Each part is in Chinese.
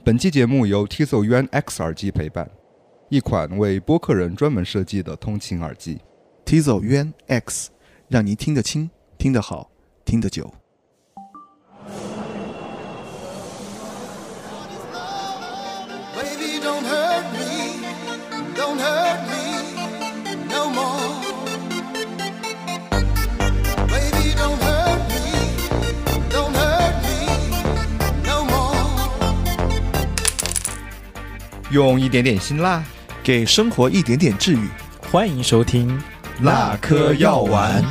本期节目由 Tissot Yuan X 耳机陪伴，一款为播客人专门设计的通勤耳机。 Tissot Yuan X 让您听得清、听得好、听得久。 用一点点辛辣， 给生活一点点治愈。 欢迎收听那颗药丸。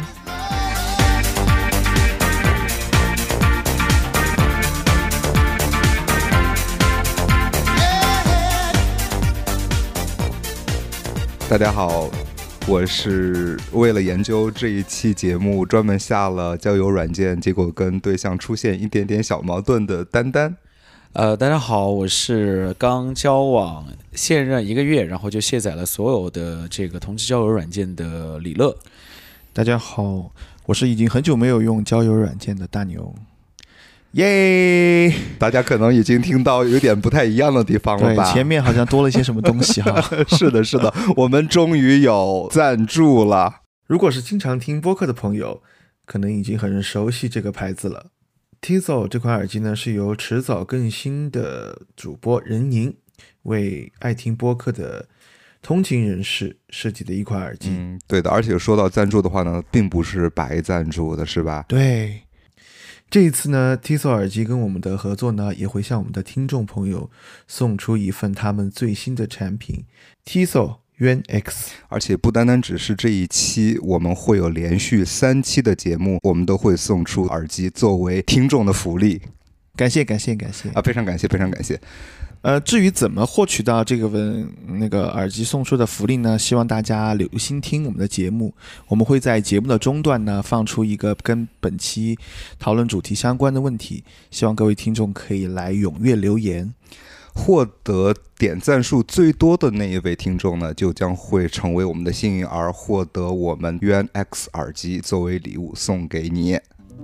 大家好，我是为了研究这一期节目专门下了交友软件，结果跟对象出现一点点小矛盾的丹丹。 大家好，我是刚交往现任1个月，然后就卸载了所有的这个同志交友软件的李乐。 大家好，我是已经很久没有用交友软件的大牛。耶！ 大家可能已经听到有点不太一样的地方了吧？ 对，前面好像多了一些什么东西哈。 是的，是的，我们终于有赞助了。 如果是经常听播客的朋友，可能已经很熟悉这个牌子了。Tissot 这款耳机呢，是由迟早更新的主播任宁为爱听播客的通勤人士设计的一款耳机。 对的，而且说到赞助的话呢，并不是白赞助的，是吧？ 对，这一次呢 Tissot 耳机跟我们的合作呢，也会向我们的听众朋友送出一份他们最新的产品 Tissot Yuan X， 而且不单单只是这一期，我们会有连续3期的节目，我们都会送出耳机作为听众的福利。 感谢啊，非常感谢，非常感谢。 至于怎么获取到这个耳机送出的福利呢？希望大家留心听我们的节目，我们会在节目的中段呢放出一个跟本期讨论主题相关的问题，希望各位听众可以来踊跃留言。 获得点赞数最多的那一位听众呢，就将会成为我们的幸运儿，获得我们 Yuan X 耳机作为礼物送给你。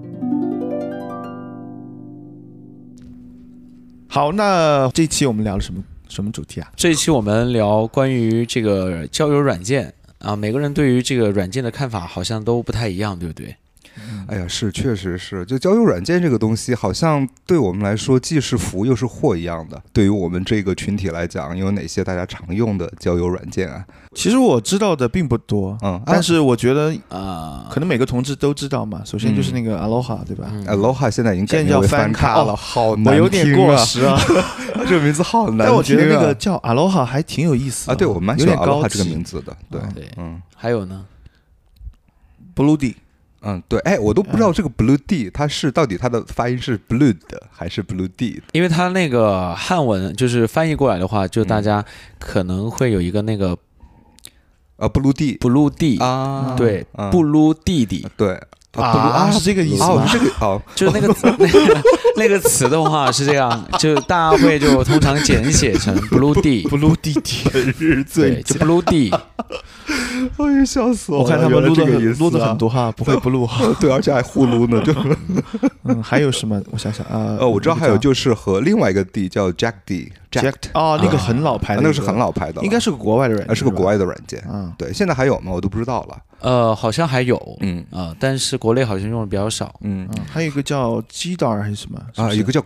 好，那这期我们聊了什么主题啊？ 这一期我们聊关于这个交友软件啊，每个人对于这个软件的看法好像都不太一样，对不对？ 哎呀，是，确实是，就交友软件这个东西，好像对我们来说既是福又是祸一样的。对于我们这个群体来讲，有哪些大家常用的交友软件啊？ 其实我知道的并不多，但是我觉得可能每个同志都知道嘛。首先就是那个 Aloha，对吧 ？Aloha 现在已经改名为翻咖了，好难听啊！ 我有点过时啊， 这个名字好难听啊。 但我觉得那个叫 Aloha 还挺有意思啊。对，我蛮喜欢 Aloha 这个名字的。对， 还有呢 ，Blue D。 对，我都不知道这个 Blue D 它是到底它的发音是 Blue 的还是 Blue D， 因为它那个汉文就是翻译过来的话，就大家可能会有一个那个 Blue D 啊，对，Blue弟弟， 对。 是这个意思吗？ 就是那个词的话是这样，就大家会就通常简写成 Blue D，Blue 弟弟的日最就 Blue D。 哎呀，笑死我了！ 我看他们撸的很多哈，不会不撸哈。 对，而且还互撸呢，就还有什么？我想想我知道还有就是和另外一个 D 叫 Jack D。Jack 那个很老牌的， 那个是很老牌的， 应该是个国外的软件， 是个国外的软件。对，现在还有吗？我都不知道了。 好像还有，但是国内好像用的比较少。 还有一个叫 Gdar 还是什么有一个叫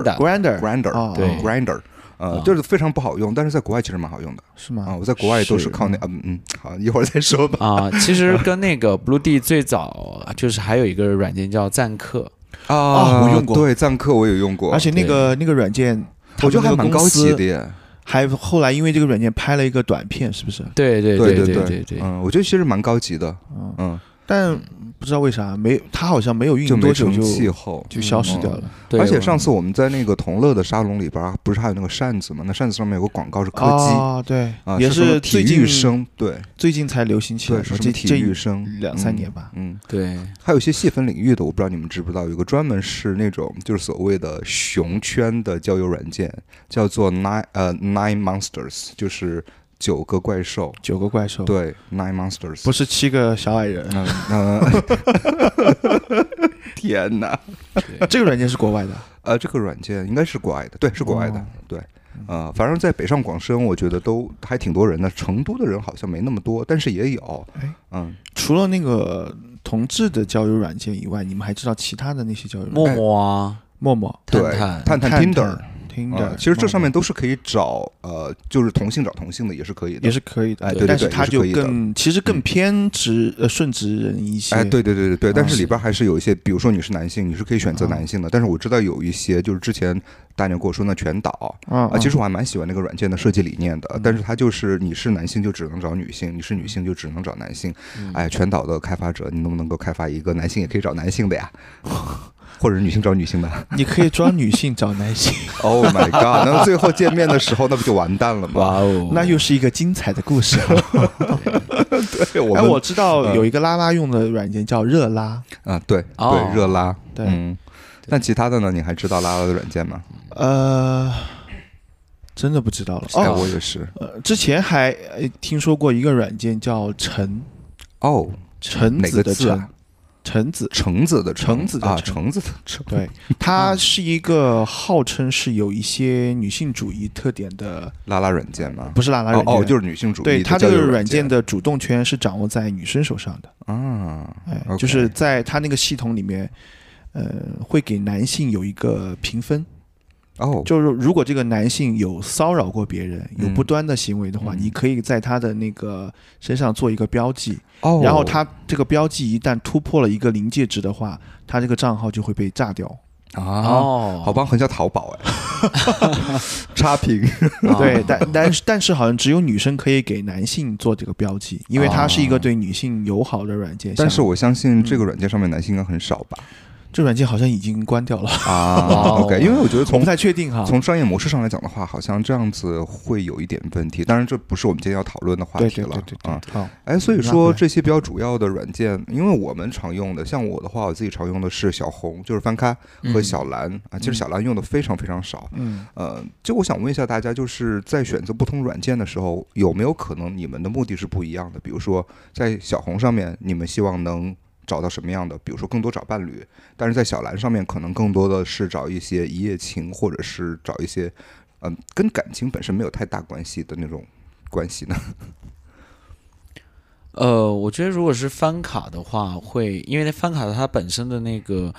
Grindr， 对 Grindr。就是非常不好用，但是在国外其实蛮好用的， 是吗？ 我在国外都是靠那好，一会儿再说吧。 其实跟那个 Blue D 最早就是还有一个软件叫赞客我用过， 对，赞客我也用过， 而且那个软件， 我觉得还蛮高级的耶。 还后来因为这个软件拍了一个短片，是不是？ 对， 我觉得其实蛮高级的， 但不知道为啥它好像没有运营多久就消失掉了。 而且上次我们在那个同乐的沙龙里边，不是还有那个扇子吗？那扇子上面有个广告是柯基对，也是体育生，对， 最近才流行起来， 是体育生 2-3年吧。 对， 还有一些细分领域的，我不知道你们知不知道，有个专门是那种就是所谓的熊圈的交友软件，叫做Nine Monsters， 就是9个怪兽， 对 ，Nine Monsters， 不是7个小矮人。 天哪！ 这个软件是国外的？ 这个软件应该是国外的，对，是国外的，对。反正在北上广深，我觉得都还挺多人的。成都的人好像没那么多，但是也有。 除了那个同志的交友软件以外，你们还知道其他的那些交友软件？ 陌陌啊， 陌陌、 对，探探、Tinder。其实这上面都是可以找就是同性找同性的，也是可以的， 也是可以的。 哎，对， 但是它就其实更偏顺直人一些。 哎，对，但是里边还是有一些，比如说你是男性，你是可以选择男性的。但是我知道有一些，就是之前大牛跟我说那全岛其实我还蛮喜欢那个软件的设计理念的。但是它就是你是男性就只能找女性，你是女性就只能找男性。哎，全岛的开发者，你能不能够开发一个男性也可以找男性的呀？或者女性找女性的， 你可以装女性找男性。 Oh my god！ 那最后见面的时候，那不就完蛋了吗？ 哇哦，那又是一个精彩的故事。 对， 我知道有一个拉拉用的软件叫热拉啊，对，热拉。 对， 那其他的呢？你还知道拉拉的软件吗？ 真的不知道了。 我也是。 之前还听说过一个软件叫橙。橙子的橙。橙子的橙，对，它是一个号称是有一些女性主义特点的拉拉软件吗？ 不是拉拉软件， 就是女性主义。 对，它这个软件的主动权是掌握在女生手上的就是在它那个系统里面，会给男性有一个评分。就是如果这个男性有骚扰过别人，有不端的行为的话，你可以在他的那个身上做一个标记，然后他这个标记一旦突破了一个临界值的话，他这个账号就会被炸掉。 好棒，很像淘宝差评。 对，但是好像只有女生可以给男性做这个标记，因为它是一个对女性友好的软件。 但是我相信这个软件上面男性应该很少吧？ 这软件好像已经关掉了 OK， 因为我觉得我不太确定从商业模式上来讲的话，好像这样子会有一点问题。当然，这不是我们今天要讨论的话题了。对，所以说这些比较主要的软件，因为我们常用的，像我的话，我自己常用的是小红，就是翻咖和小蓝其实小蓝用的非常非常少。就我想问一下大家，就是在选择不同软件的时候，有没有可能你们的目的是不一样的？比如说在小红上面，你们希望能找到什么样的，比如说更多找伴侣，但是在小蓝上面可能更多的是找一些一夜情，或者是找一些跟感情本身没有太大关系的那种关系呢？ 我觉得如果是翻卡的话，会因为翻卡它本身的那个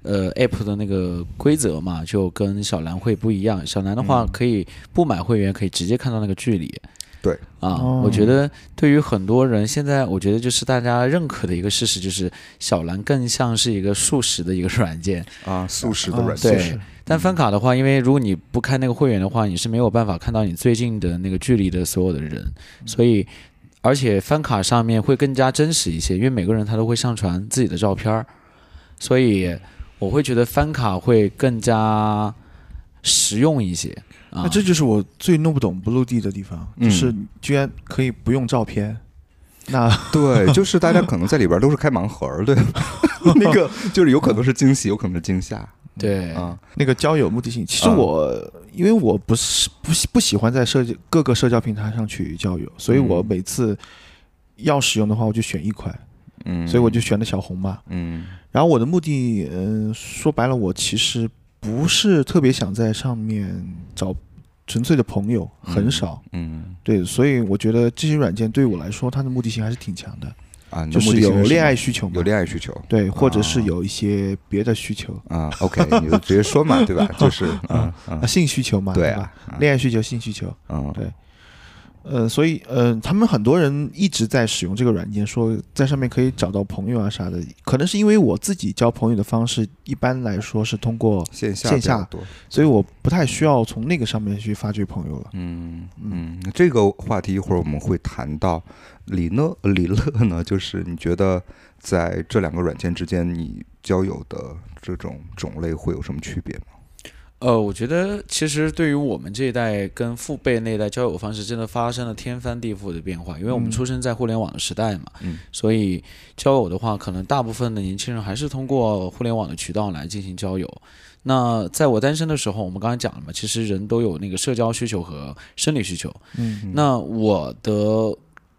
app 的那个规则嘛，就跟小蓝会不一样。小蓝的话可以不买会员，可以直接看到那个距离。 对我觉得对于很多人，现在我觉得就是大家认可的一个事实，就是小蓝更像是一个速食的一个软件速食的软件。 对，但翻卡的话，因为如果你不开那个会员的话，你是没有办法看到你最近的那个距离的所有的人，所以而且翻卡上面会更加真实一些，因为每个人他都会上传自己的照片，所以我会觉得翻卡会更加实用一些。 那这就是我最弄不懂不落地的地方，就是居然可以不用照片。那对，就是大家可能在里边都是开盲盒，对，那个就是有可能是惊喜，有可能是惊吓。 对那个交友目的性，其实因为我不喜欢在各个社交平台上去交友，所以我每次要使用的话，我就选一款，所以我就选了小红嘛，然后我的目的，说白了，我其实不是特别想在上面找纯粹的朋友，很少，对，所以我觉得这些软件对我来说，它的目的性还是挺强的。就是有恋爱需求嘛， 有恋爱需求， 对，或者是有一些别的需求 OK， 你就直接说嘛，对吧？就是性需求嘛，对吧？恋爱需求、性需求，对。所以他们很多人一直在使用这个软件，说在上面可以找到朋友啊啥的。可能是因为我自己交朋友的方式一般来说是通过线下多，所以我不太需要从那个上面去发掘朋友了。 这个话题一会儿我们会谈到。李乐呢，就是你觉得在这两个软件之间，你交友的这种种类会有什么区别吗？ 我觉得其实对于我们这一代跟父辈那一代交友方式真的发生了天翻地覆的变化，因为我们出生在互联网的时代嘛，所以交友的话，可能大部分的年轻人还是通过互联网的渠道来进行交友。那在我单身的时候，我们刚才讲了嘛，其实人都有那个社交需求和生理需求。那我的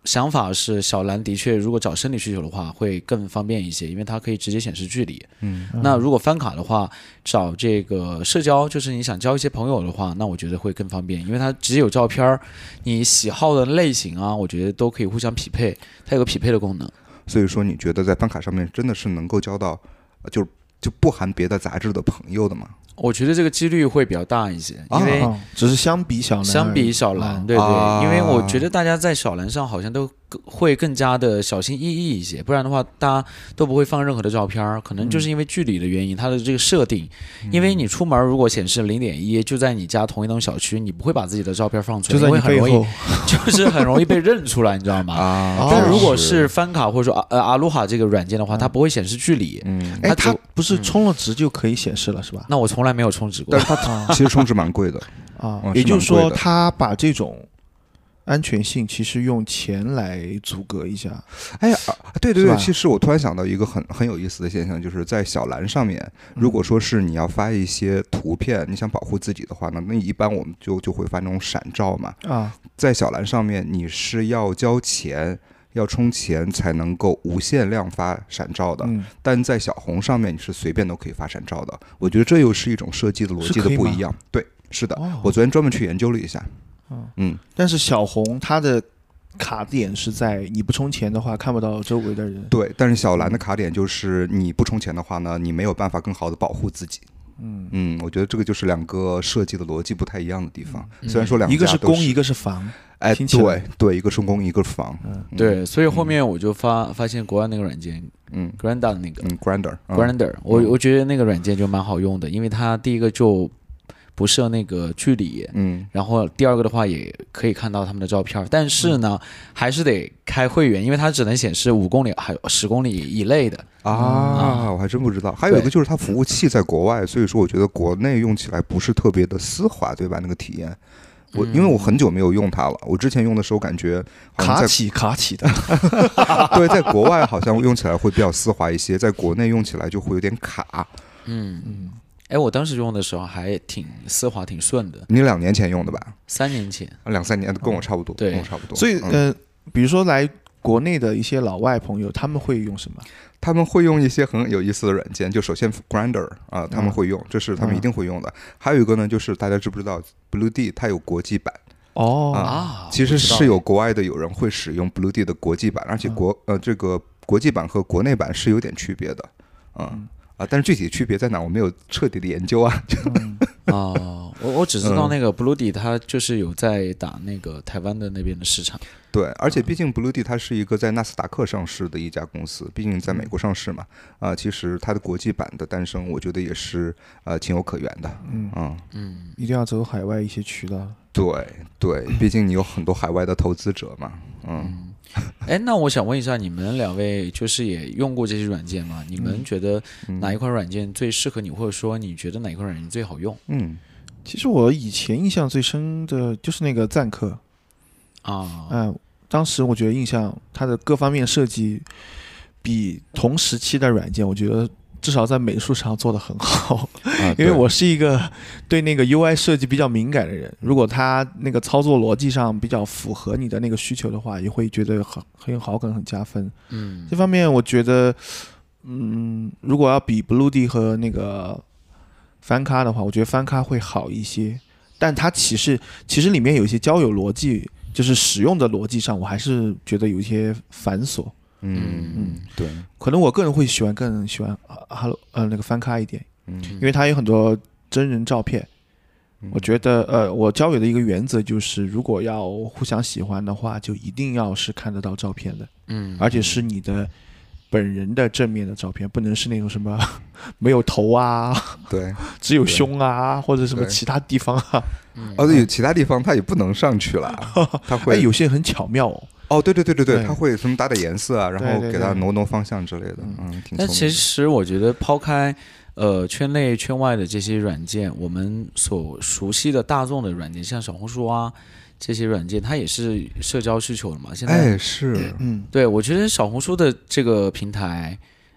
想法是小蓝的确如果找生理需求的话会更方便一些，因为它可以直接显示距离。那如果翻卡的话，找这个社交，就是你想交一些朋友的话，那我觉得会更方便，因为它直接有照片，你喜好的类型啊，我觉得都可以互相匹配，它有个匹配的功能。 所以说你觉得在翻卡上面真的是能够交到就不含别的杂志的朋友的吗？ 我觉得这个几率会比较大一些，因为只是相比小蓝， 对对，因为我觉得大家在小蓝上好像都会更加的小心翼翼一些，不然的话大家都不会放任何的照片，可能就是因为距离的原因，它的这个设定，因为你出门如果显示0.1，就在你家同一栋小区，你不会把自己的照片放出来，因为很容易就是很容易被认出来，你知道吗？但如果是翻卡或者说阿鲁哈这个软件的话，它不会显示距离， 它不是充了值就可以显示了是吧？ 那我从来没有充值过， 但是它其实充值蛮贵的也就是说它把这种安全性其实用钱来阻隔一下。 哎呀，对对对，其实我突然想到一个很有意思的现象，就是在小蓝上面，如果说是你要发一些图片，你想保护自己的话呢，那一般我们就会发那种闪照嘛。在小蓝上面你是要交钱。要充钱才能够无限量发闪照的，但在小红上面你是随便都可以发闪照的。我觉得这又是一种设计的逻辑的不一样。对，是的，我昨天专门去研究了一下。 但是小红它的卡点是在你不充钱的话看不到周围的人。 对，但是小蓝的卡点就是你不充钱的话呢，你没有办法更好的保护自己。我觉得这个就是两个设计的逻辑不太一样的地方。虽然说两家一个是攻，一个是防。 哎，对，一个是攻，一个是防。 对，所以后面我就发现国外那个软件，Grindr 那个，Grindr，我觉得那个软件就蛮好用的，因为它第一个就不设那个距离，然后第二个的话也可以看到他们的照片，但是呢，还是得开会员，因为它只能显示5公里还有10公里以内的。 我还真不知道。还有一个就是它服务器在国外，所以说我觉得国内用起来不是特别的丝滑，对吧？那个体验。因为我很久没有用它了，我之前用的时候感觉卡起的对，在国外好像用起来会比较丝滑一些，在国内用起来就会有点卡。 我当时用的时候还挺丝滑挺顺的。 你2年前用的吧 ？3年前 ，2-3年跟我差不多， 对， 跟我差不多。 所以比如说来国内的一些老外朋友，他们会用什么？ 他们会用一些很有意思的软件，就首先 Grindr 他们会用，这是他们一定会用的。还有一个呢，就是大家知不知道 Blued 它有国际版其实是有国外的有人会使用 Blued 的国际版，而且这个国际版和国内版是有点区别的，但是具体区别在哪我没有彻底的研究啊。 我只知道那个 Blued 它就是有在打那个台湾的那边的市场。 对，而且毕竟 Blued 它是一个在纳斯达克上市的一家公司，毕竟在美国上市嘛，其实它的国际版的诞生，我觉得也是情有可原的。 一定要走海外一些渠道。 对，毕竟你有很多海外的投资者嘛。 那我想问一下，你们2位就是也用过这些软件吗？你们觉得哪一款软件最适合你，或者说你觉得哪一款软件最好用？ 其实我以前印象最深的就是那个赞客当时我觉得印象它的各方面设计比同时期的软件，我觉得至少在美术上做得很好。因为我是一个对那个 UI 设计比较敏感的人，如果它那个操作逻辑上比较符合你的那个需求的话，也会觉得很有好感，很加分。这方面我觉得如果要比 Blued 和那个翻咖的话，我觉得翻咖会好一些，但它其实里面有一些交友逻辑，就是使用的逻辑上，我还是觉得有一些繁琐。 对， 可能我个人会更喜欢那个翻咖一点，因为它有很多真人照片。我觉得我交友的一个原则就是，如果要互相喜欢的话，就一定要是看得到照片的，而且是你的本人的正面的照片，不能是那种什么没有头啊， 对， 只有胸啊，或者什么其他地方啊。 有其他地方它也不能上去了，它会有些很巧妙对，它会什么打点颜色啊，然后给它挪方向之类的，挺聪明的。 但其实我觉得抛开圈内圈外的这些软件，我们所熟悉的大众的软件，像小红书啊这些软件，它也是社交需求的嘛。现在是， 对，我觉得小红书的这个平台，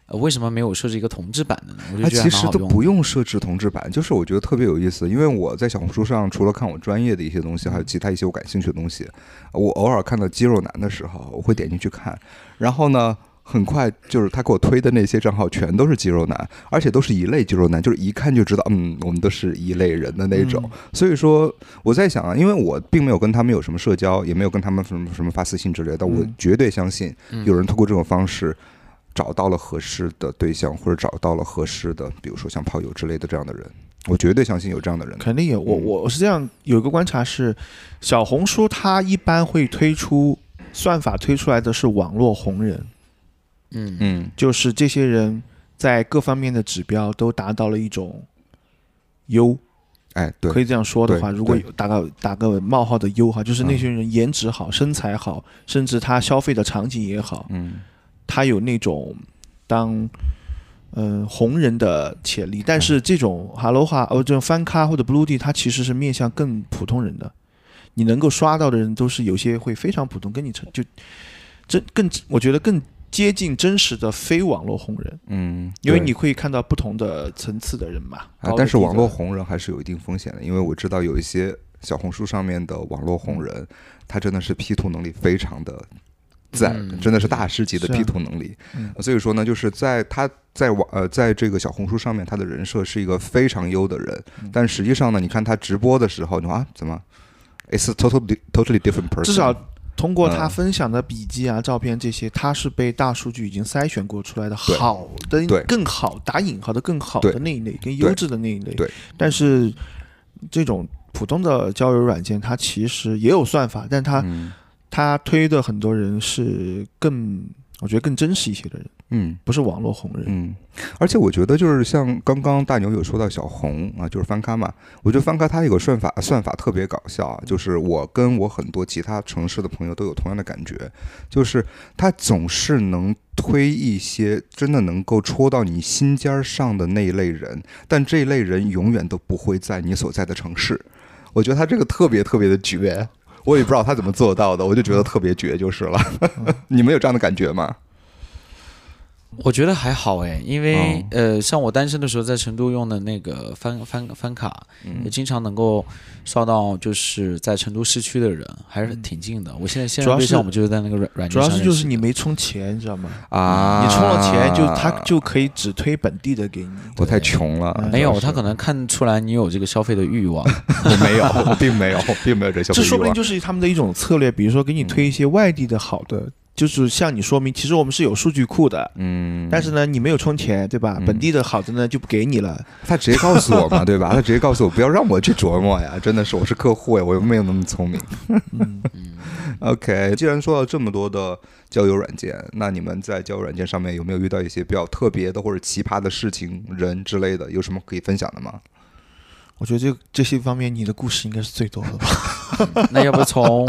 为什么没有设置一个同志版的呢？我就觉得其实都不用设置同志版，就是我觉得特别有意思。因为我在小红书上除了看我专业的一些东西，还有其他一些我感兴趣的东西，我偶尔看到肌肉男的时候，我会点进去看。然后呢，很快就是他给我推的那些账号全都是肌肉男，而且都是一类肌肉男，就是一看就知道，我们都是一类人的那种。所以说我在想啊，因为我并没有跟他们有什么社交，也没有跟他们什么发私信之类的，但我绝对相信有人通过这种方式找到了合适的对象，或者找到了合适的，比如说像炮友之类的这样的人，我绝对相信有这样的人。 肯定有，我是这样，有一个观察是，小红书它一般会算法推出来的是网络红人，就是这些人在各方面的指标都达到了一种优。 对， 可以这样说的话，如果有打个冒号的优哈，就是那些人颜值好、身材好，甚至他消费的场景也好，他有那种当红人的潜力。但是这种哈喽哈这种翻咖或者 Blue 它其实是面向更普通人的，你能够刷到的人都是有些会非常普通，跟你我觉得更接近真实的非网络红人。因为你会看到不同的层次的人嘛。 但是网络红人还是有一定风险的，因为我知道有一些小红书上面的网络红人，他真的是 P 图能力非常的真的是大师级的 P 图能力。所以说呢，就是在这个小红书上面，他的人设是一个非常优的人，但实际上呢，你看他直播的时候，你说怎么 ，it's totally different person。 至少通过他分享的笔记啊、照片这些，他是被大数据已经筛选过出来的好的、更好打引号的更好的那一类，更优质的那一类。 对。 但是这种普通的交友软件，它其实也有算法，但他推的很多人是我觉得更真实一些的人，不是网络红人。 而且我觉得就是像刚刚大牛有说到小红啊，就是翻咖嘛，我觉得翻咖它有个算法特别搞笑啊，就是我跟我很多其他城市的朋友都有同样的感觉，就是他总是能推一些真的能够戳到你心尖上的那一类人，但这一类人永远都不会在你所在的城市。我觉得他这个特别特别的绝。我也不知道他怎么做到的，我就觉得特别绝就是了。你们有这样的感觉吗？ 我觉得还好因为像我单身的时候在成都用的那个翻卡，也经常能够刷到就是在成都市区的人，还是挺近的。我现在对象我们就是在那个软件上， 主要是就是你没充钱，你知道吗？你充了钱他就可以只推本地的给你。 我太穷了， 没有，他可能看出来你有这个消费的欲望。 我没有，并没有这消费欲望。 这说不定就是他们的一种策略，比如说给你推一些外地的好的。就是向你说明，其实我们是有数据库的，但是呢，你没有充钱，对吧？本地的好的呢就不给你了。 他直接告诉我嘛，对吧？他直接告诉我，不要让我去琢磨呀！真的是，我是客户呀，我又没有那么聪明。OK， 既然说到这么多的交友软件，那你们在交友软件上面有没有遇到一些比较特别的或者奇葩的事情、人之类的？有什么可以分享的吗？ 我觉得这些方面你的故事应该是最多的吧。 那要不从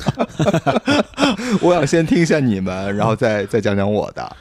我想先听一下你们，然后再讲讲我的。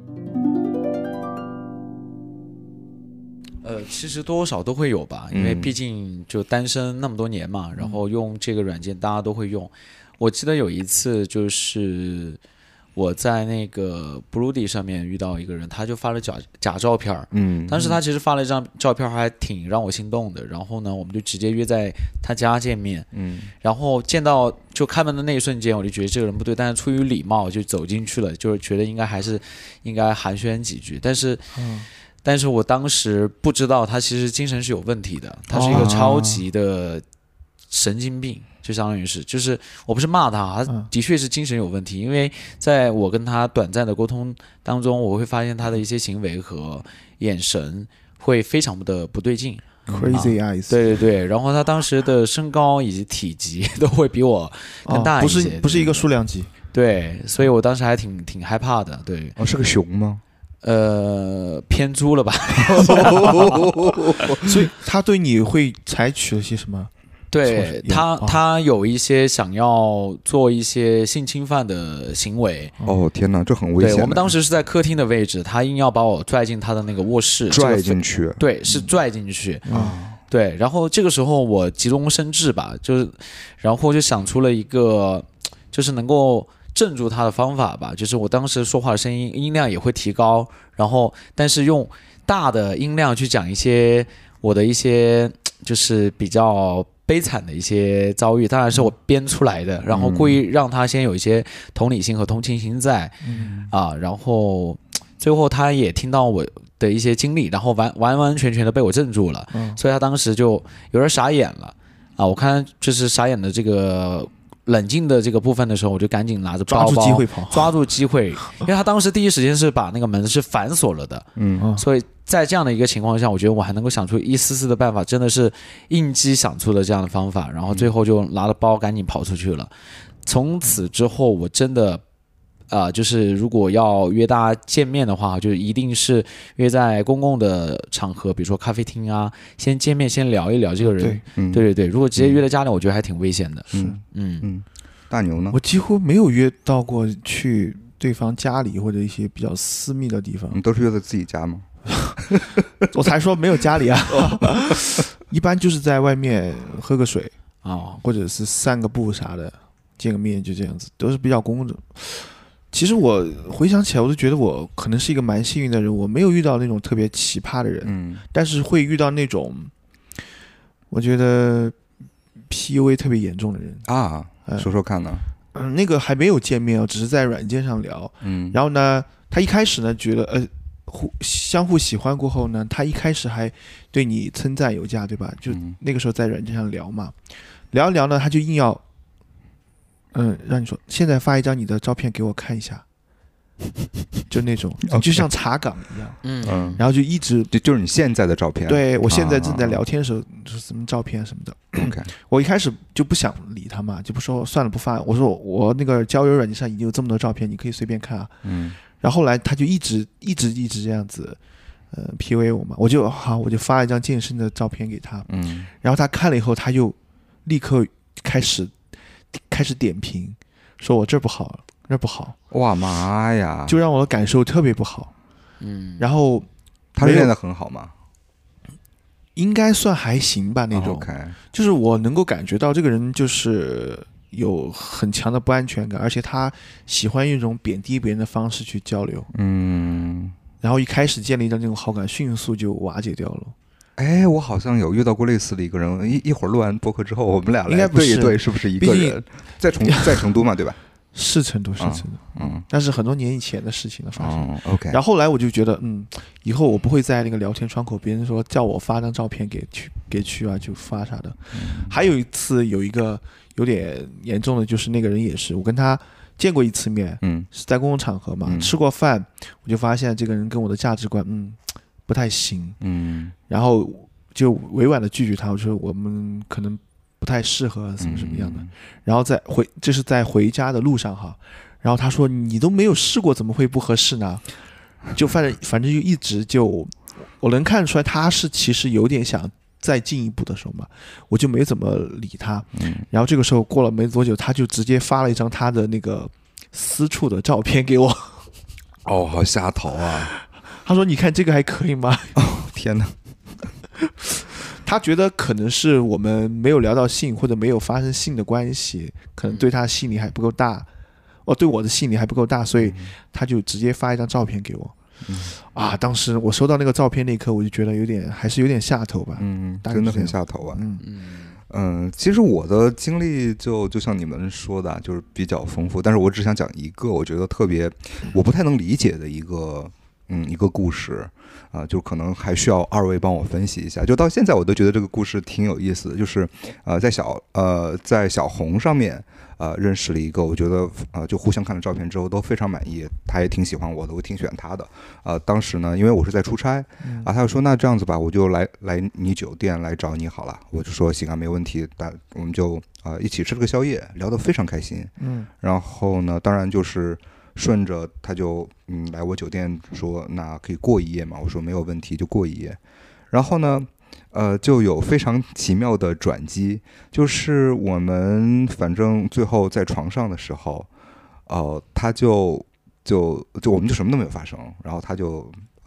其实多少都会有吧，因为毕竟就单身那么多年嘛，然后用这个软件大家都会用。我记得有一次就是我在那个 Blue 上面遇到一个人，他就发了假照片，但是他其实发了一张照片还挺让我心动的，然后呢我们就直接约在他家见面，然后见到就开门的那一瞬间我就觉得这个人不对，但是出于礼貌就走进去了，就是觉得应该寒暄几句，但是我当时不知道他其实精神是有问题的，他是一个超级的神经病，就相当于是，就是我不是骂他，他的确是精神有问题，因为在我跟他短暂的沟通当中，我会发现他的一些行为和眼神会非常的不对劲。 Crazy eyes， 对对对，然后他当时的身高以及体积都会比我更大一些， 不是一个数量级。 对，所以我当时还挺害怕的。对， 是个熊吗？ 偏猪了吧？ 所以他对你会采取了些什么？ 对他有一些想要做一些性侵犯的行为。 天哪，这很危险。 对，我们当时是在客厅的位置，他硬要把我拽进他的那个卧室， 拽进去。 对，是拽进去。对，然后这个时候我急中生智吧，然后就想出了一个，就是能够镇住他的方法吧，就是我当时说话的声音音量也会提高，然后但是用大的音量去讲一些我的一些就是比较悲惨的一些遭遇，当然是我编出来的，然后故意让他先有一些同理心和同情心在，然后最后他也听到我的一些经历，然后完全的被我镇住了，所以他当时就有点傻眼了啊！我看就是傻眼的这个冷静的这个部分的时候，我就赶紧拿着包包抓住机会，因为他当时第一时间是把那个门是反锁了的，所以在这样的一个情况下，我觉得我还能够想出一丝丝的办法，真的是应激想出的这样的方法，然后最后就拿了包赶紧跑出去了。从此之后，我真的就是如果要约大家见面的话，就一定是约在公共的场合，比如说咖啡厅啊，先见面，先聊一聊这个人。对，如果直接约在家里，我觉得还挺危险的。 大牛呢？ 我几乎没有约到过去对方家里或者一些比较私密的地方。 你都是约在自己家吗？ 我才说没有家里啊，一般就是在外面喝个水或者是散个步啥的，见个面就这样子，都是比较公共的。其实我回想起来，我都觉得我可能是一个蛮幸运的人，我没有遇到那种特别奇葩的人，但是会遇到那种我觉得 PUA 特别严重的人啊。说说看呢？ 那个还没有见面，只是在软件上聊。然后呢，他一开始呢觉得相互喜欢过后呢，他一开始还对你称赞有加，对吧？就那个时候在软件上聊嘛，聊一聊呢，他就硬要让你说现在发一张你的照片给我看一下，就那种就像查岗一样，然后就一直就是你现在的照片， 对，我现在正在聊天的时候就是什么照片什么的。 OK， 我一开始就不想理他嘛，就不说算了不发，我说我那个交友软件上已经有这么多照片，你可以随便看啊。然后后来他就一直这样子PUA 我嘛，我就发了一张健身的照片给他，然后他看了以后，他就立刻开始点评，说我这不好那不好， 哇妈呀， 就让我的感受特别不好。然后他练得很好吗？ 应该算还行吧那种，就是我能够感觉到这个人就是有很强的不安全感，而且他喜欢用一种贬低别人的方式去交流。然后一开始建立的那种好感迅速就瓦解掉了。 哎，我好像有遇到过类似的一个人，一会儿录完播客之后，我们俩来对一对，是不是一个人？在成都嘛，对吧？ 是成都，但是很多年以前的事情了发生。 OK， 然后后来我就觉得，以后我不会在那个聊天窗口，别人说叫我发张照片给去啊，就发啥的。还有一次有一个有点严重的，就是那个人也是我跟他见过一次面，是在公共场合嘛，吃过饭，我就发现这个人跟我的价值观，不太行，然后就委婉的拒绝他，我说我们可能不太适合什么样的，然后这是在回家的路上哈，然后他说你都没有试过，怎么会不合适呢？就反正就一直就我能看出来他是其实有点想再进一步的时候嘛，我就没怎么理他。然后这个时候过了没多久，他就直接发了一张他的那个私处的照片给我。 哦，好下头啊！ 他说：“你看这个还可以吗？” 哦，天哪！ 他觉得可能是我们没有聊到性，或者没有发生性的关系，可能对他的吸引力还不够大，对我的吸引力还不够大，所以他就直接发一张照片给我。当时我收到那个照片那一刻，我就觉得还是有点下头吧。 真的很下头啊。其实我的经历就像你们说的，就是比较丰富，但是我只想讲一个我觉得特别我不太能理解的一个故事就可能还需要二位帮我分析一下。就到现在我都觉得这个故事挺有意思的，就是在小红上面认识了一个，我觉得就互相看了照片之后都非常满意，他也挺喜欢我的，我挺喜欢他的。当时呢，因为我是在出差他就说那这样子吧，我就来你酒店来找你好了。我就说行啊，没问题。我们就一起吃了个宵夜，聊得非常开心。然后呢，当然就是顺着他就来我酒店说那可以过一夜嘛，我说没有问题，就过一夜。然后呢就有非常奇妙的转机，就是我们反正最后在床上的时候他就我们就什么都没有发生，然后他就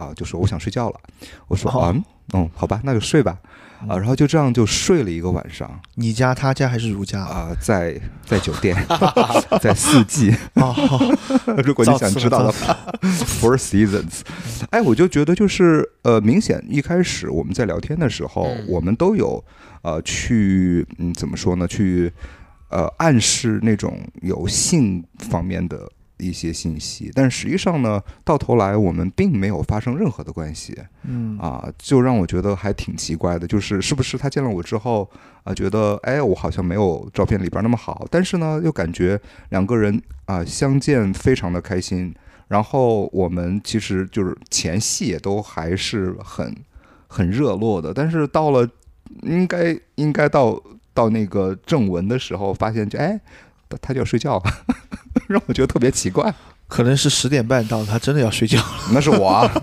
就说我想睡觉了。我说好吧，那就睡吧。然后就这样就睡了一个晚上。 你家、他家还是如家在酒店，在四季。如果你想知道的话，Four Seasons。我就觉得就是明显一开始我们在聊天的时候，我们都有去怎么说呢？去暗示那种有性方面的一些信息，但实际上呢，到头来我们并没有发生任何的关系，就让我觉得还挺奇怪的，就是是不是他见了我之后觉得我好像没有照片里边那么好，但是呢又感觉两个人相见非常的开心，然后我们其实就是前戏也都还是很热络的，但是到了应该到那个正文的时候，发现他就要睡觉了，让我觉得特别奇怪。 可能是10点半到，他真的要睡觉了。 那是我啊。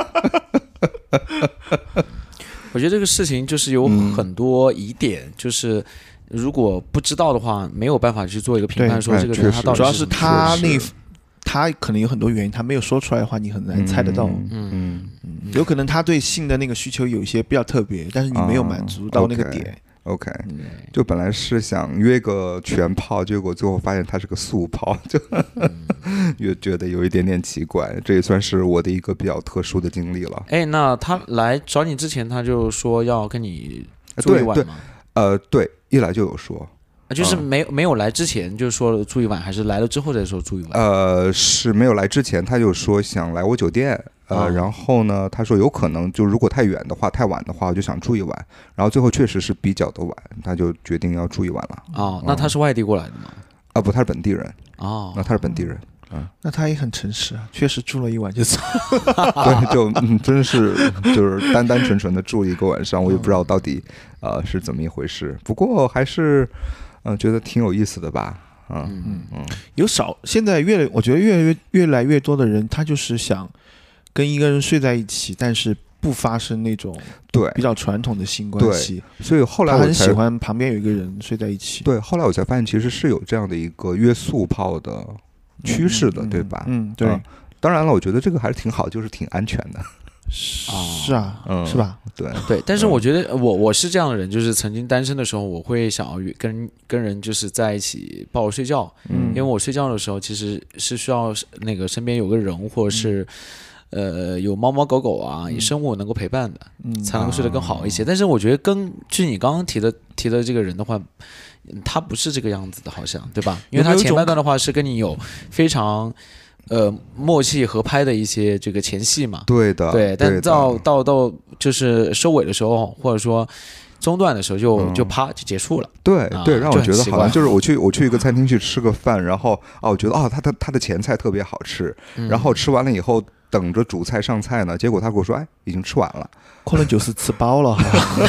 我觉得这个事情就是有很多疑点，就是如果不知道的话，没有办法去做一个评判，说这个人他到底主要是他可能有很多原因，他没有说出来的话，你很难猜得到。有可能他对性的那个需求有一些比较特别，但是你没有满足到那个点。 OK， 就本来是想约个全炮，结果最后发现他是个速炮，就越觉得有一点点奇怪。这也算是我的一个比较特殊的经历了。 那他来找你之前，他就说要跟你住一晚吗？ 对，一来就有说。 就是没有来之前就说了住一晚，还是来了之后再说住一晚？ 是没有来之前他就说想来我酒店，然后呢他说有可能就如果太远的话太晚的话我就想住一晚，然后最后确实是比较的晚，他就决定要住一晚了。 那他是外地过来的吗？ 不，他是本地人。那他是本地人。 那他也很诚实啊，确实住了一晚就走。 对，就真是就是单单纯纯的住一个晚上，我也不知道到底是怎么一回事。不过还是觉得挺有意思的吧。 现在我觉得越来越多的人，他就是想跟一个人睡在一起，但是不发生那种比较传统的性关系。 所以后来他很喜欢旁边有一个人睡在一起。 对，后来我才发现其实是有这样的一个约速炮的趋势的，对吧？ 对。 当然了，我觉得这个还是挺好，就是挺安全的。 是啊，是吧？ 对，但是我觉得我是这样的人，就是曾经单身的时候，我会想要跟人就是在一起抱着睡觉，因为我睡觉的时候其实是需要那个身边有个人，或者是有猫猫狗狗啊，生物能够陪伴的，才能够睡得更好一些。但是我觉得据你刚刚提的这个人的话，他不是这个样子的，好像对吧？因为他前半段的话是跟你有非常默契合拍的一些这个前戏嘛， 对的， 对，但到就是收尾的时候，或者说中段的时候就啪就结束了。 对，让我觉得好像就是我去一个餐厅去吃个饭，然后我觉得他的前菜特别好吃，然后吃完了以后等着主菜上菜呢，结果他跟我说已经吃完了， 可能就是吃饱了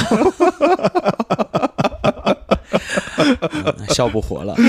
笑不活了。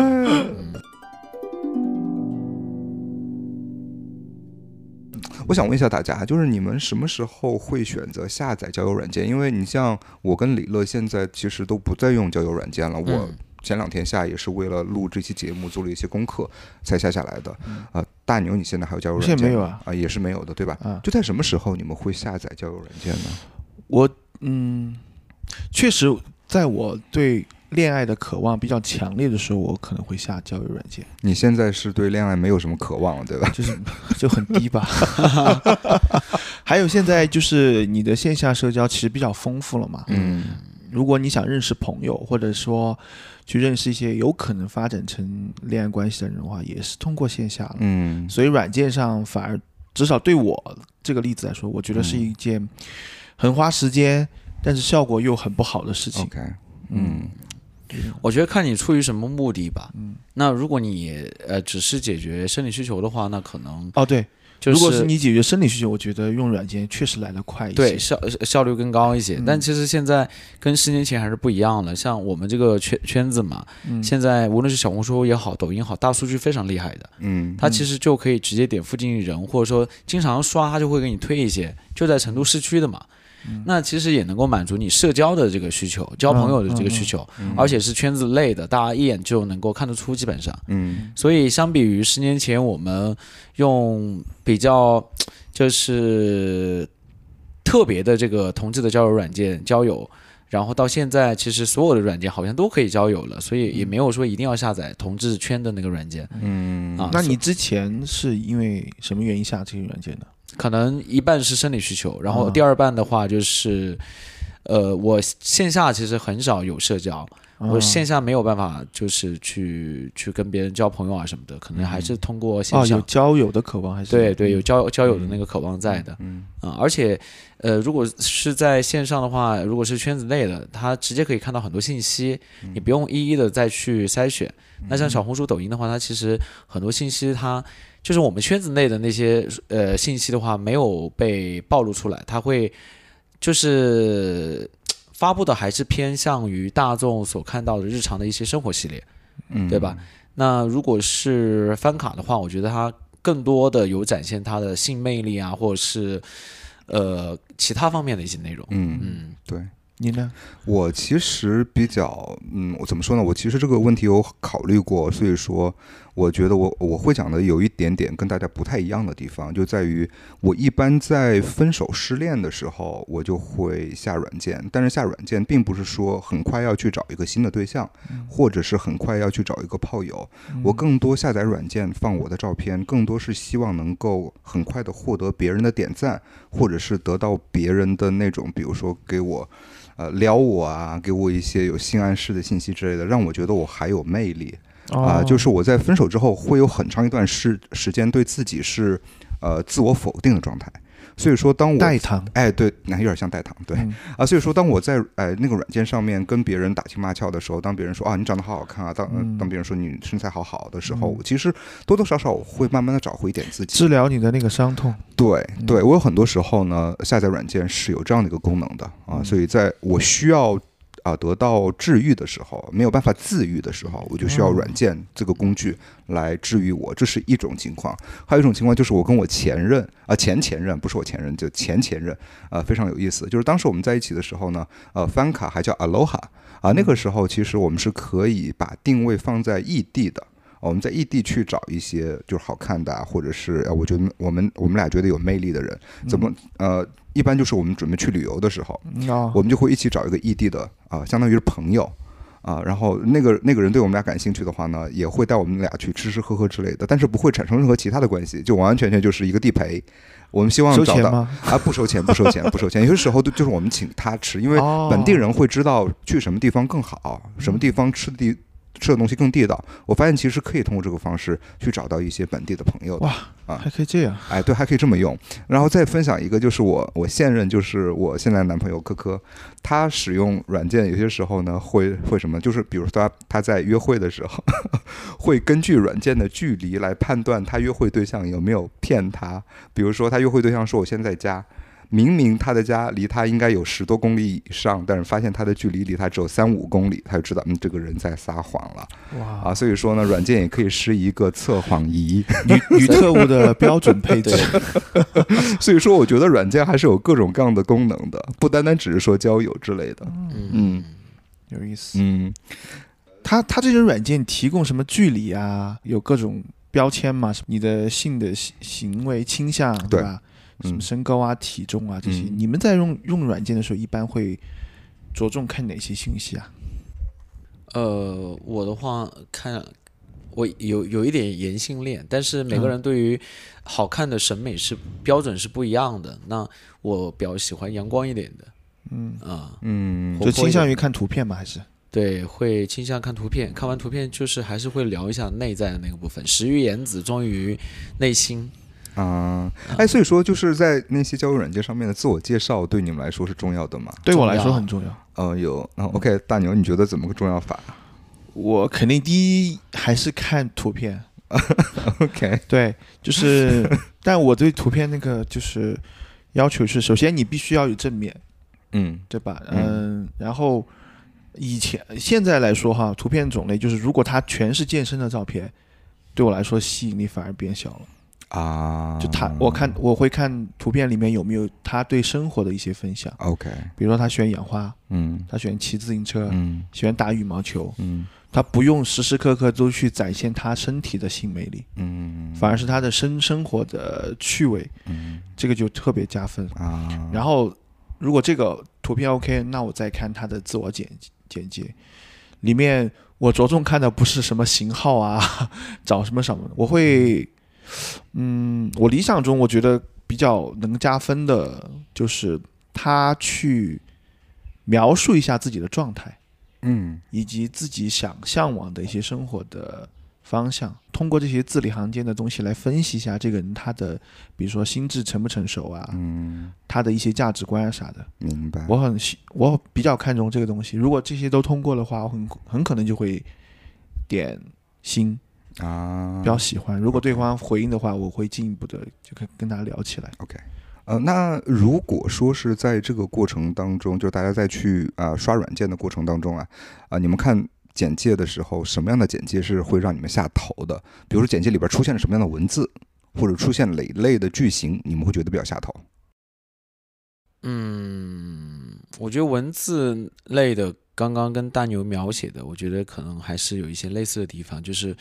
我想问一下大家，就是你们什么时候会选择下载交友软件？因为你像我跟李乐现在其实都不再用交友软件了。我前2天下也是为了录这期节目做了一些功课才下来的。大牛，你现在还有交友软件吗？ 现在没有啊， 也是没有的，对吧？就在什么时候你们会下载交友软件呢？ 我确实在我对恋爱的渴望比较强烈的时候，我可能会下交友软件。 你现在是对恋爱没有什么渴望了，对吧？ 就很低吧。还有现在就是你的线下社交其实比较丰富了嘛。如果你想认识朋友，或者说去认识一些有可能发展成恋爱关系的人的话，也是通过线下了。所以软件上反而至少对我这个例子来说，我觉得是一件很花时间，但是效果又很不好的事情。 OK， 我觉得看你出于什么目的吧。那如果你只是解决生理需求的话，那可能对，如果是你解决生理需求，我觉得用软件确实来得快一些， 对，效率更高一些。但其实现在跟10年前还是不一样的。像我们这个圈子嘛，现在无论是小红书也好，抖音好，大数据非常厉害的。它其实就可以直接点附近人，或者说经常刷，它就会给你推一些，就在成都市区的嘛。那其实也能够满足你社交的这个需求，交朋友的这个需求，而且是圈子类的，大家一眼就能够看得出，基本上。所以相比于10年前我们用比较就是特别的这个同志的交友软件交友，然后到现在其实所有的软件好像都可以交友了，所以也没有说一定要下载同志圈的那个软件。 那你之前是因为什么原因下这些软件呢？ 可能一半是生理需求，然后第二半的话就是，我线下其实很少有社交。我线下没有办法，就是去跟别人交朋友啊什么的，可能还是通过线上。 有交友的渴望还是？ 对，有交友的那个渴望在的。而且如果是在线上的话，如果是圈子内的，他直接可以看到很多信息，你不用一一的再去筛选。那像小红书、抖音的话，它其实很多信息，它就是我们圈子内的那些信息的话，没有被暴露出来，它会就是发布的还是偏向于大众所看到的日常的一些生活系列，对吧？那如果是翻卡的话，我觉得它更多的有展现它的性魅力啊，或者是其他方面的一些内容。 对。 你呢？ 我其实比较，我怎么说呢？我其实这个问题有考虑过，所以说我觉得我会讲的有一点点跟大家不太一样的地方，就在于我一般在分手失恋的时候，我就会下软件，但是下软件并不是说很快要去找一个新的对象，或者是很快要去找一个炮友，我更多下载软件放我的照片，更多是希望能够很快的获得别人的点赞，或者是得到别人的那种，比如说给我撩我啊，给我一些有性暗示的信息之类的，让我觉得我还有魅力就是我在分手之后会有很长一段时间对自己是自我否定的状态。所以说当我代糖， 对，有点像代糖，对所以说当我在那个软件上面跟别人打情骂俏的时候，当别人说你长得好好看啊，当别人说你身材好好的时候，我其实多多少少会慢慢的找回一点自己， 治疗你的那个伤痛。 对，我有很多时候呢，下载软件是有这样的一个功能的所以在我需要得到治愈的时候，没有办法自愈的时候，我就需要软件这个工具来治愈我，这是一种情况。还有一种情况就是我跟我前任前任，不是我前任，就前任非常有意思。就是当时我们在一起的时候呢，翻卡还叫 Aloha 那个时候其实我们是可以把定位放在异地的。我们在异地去找一些就是好看的或者是我觉得我们俩觉得有魅力的人，怎么一般就是我们准备去旅游的时候，我们就会一起找一个异地的相当于是朋友然后那个人对我们俩感兴趣的话呢，也会带我们俩去吃吃喝喝之类的，但是不会产生任何其他的关系，就完完全全就是一个地陪。我们希望找到不收钱，有些时候就是我们请他吃，因为本地人会知道去什么地方更好，什么地方吃的东西更地道。我发现其实可以通过这个方式去找到一些本地的朋友的。 还可以这样。 对，还可以这么用。然后再分享一个，就是我现任，就是我现在的男朋友科，他使用软件有些时候呢会什么，就是比如说他在约会的时候会根据软件的距离来判断他约会对象有没有骗他。比如说他约会对象说我现在家，明明他的家离他应该有10多公里以上，但是发现他的距离离他只有3-5公里，他就知道这个人在撒谎了。所以说呢，软件也可以是一个测谎仪， 女特务的标准配置。 所以说我觉得软件还是有各种各样的功能的，不单单只是说交友之类的。 有意思。他这种软件提供什么距离啊？有各种标签嘛？你的性的行为倾向，对吧？什么身高啊、体重啊这些，你们在用软件的时候，一般会着重看哪些信息啊？ 我的话看，我有一点颜性恋，但是每个人对于好看的审美标准是不一样的。那我比较喜欢阳光一点的， 就倾向于看图片吗？还是？ 对，会倾向看图片，看完图片就是还是会聊一下内在的那个部分，始于颜子，终于内心。 所以说就是在那些交友软件上面的自我介绍对你们来说是重要的吗？ 对我来说很重要。 有OK， 大牛你觉得怎么个重要法？ 我肯定第一还是看图片。 OK， 对，就是但我对图片那个就是要求是，首先你必须要有正面，对吧？然后现在来说哈，图片种类就是如果它全是健身的照片，对我来说吸引力反而变小了。就我会看图片里面有没有他对生活的一些分享。 OK， 比如说他喜欢养花，他喜欢骑自行车，喜欢打羽毛球， 他不用时时刻刻都去展现他身体的性魅力，反而是他的生活的趣味，这个就特别加分啊。然后如果这个图片 OK， 那我再看他的自我简介，里面我着重看的不是什么型号啊，找什么，我会，我理想中我觉得比较能加分的就是他去描述一下自己的状态，以及自己向往的一些生活的方向，通过这些字里行间的东西来分析一下这个人他的，比如说心智成不成熟啊，他的一些价值观啊啥的。 明白。 我比较看重这个东西，如果这些都通过的话，我很可能就会点星啊，比较喜欢。如果对方回应的话，我会进一步的就跟他聊起来。 OK。那如果说是在这个过程当中，就大家在去刷软件的过程当中你们看简介的时候，什么样的简介是会让你们下头的？比如说简介里边出现了什么样的文字，或者出现哪类的句型，你们会觉得比较下头？ 我觉得文字类的，刚刚跟大牛描写的，我觉得可能还是有一些类似的地方，就是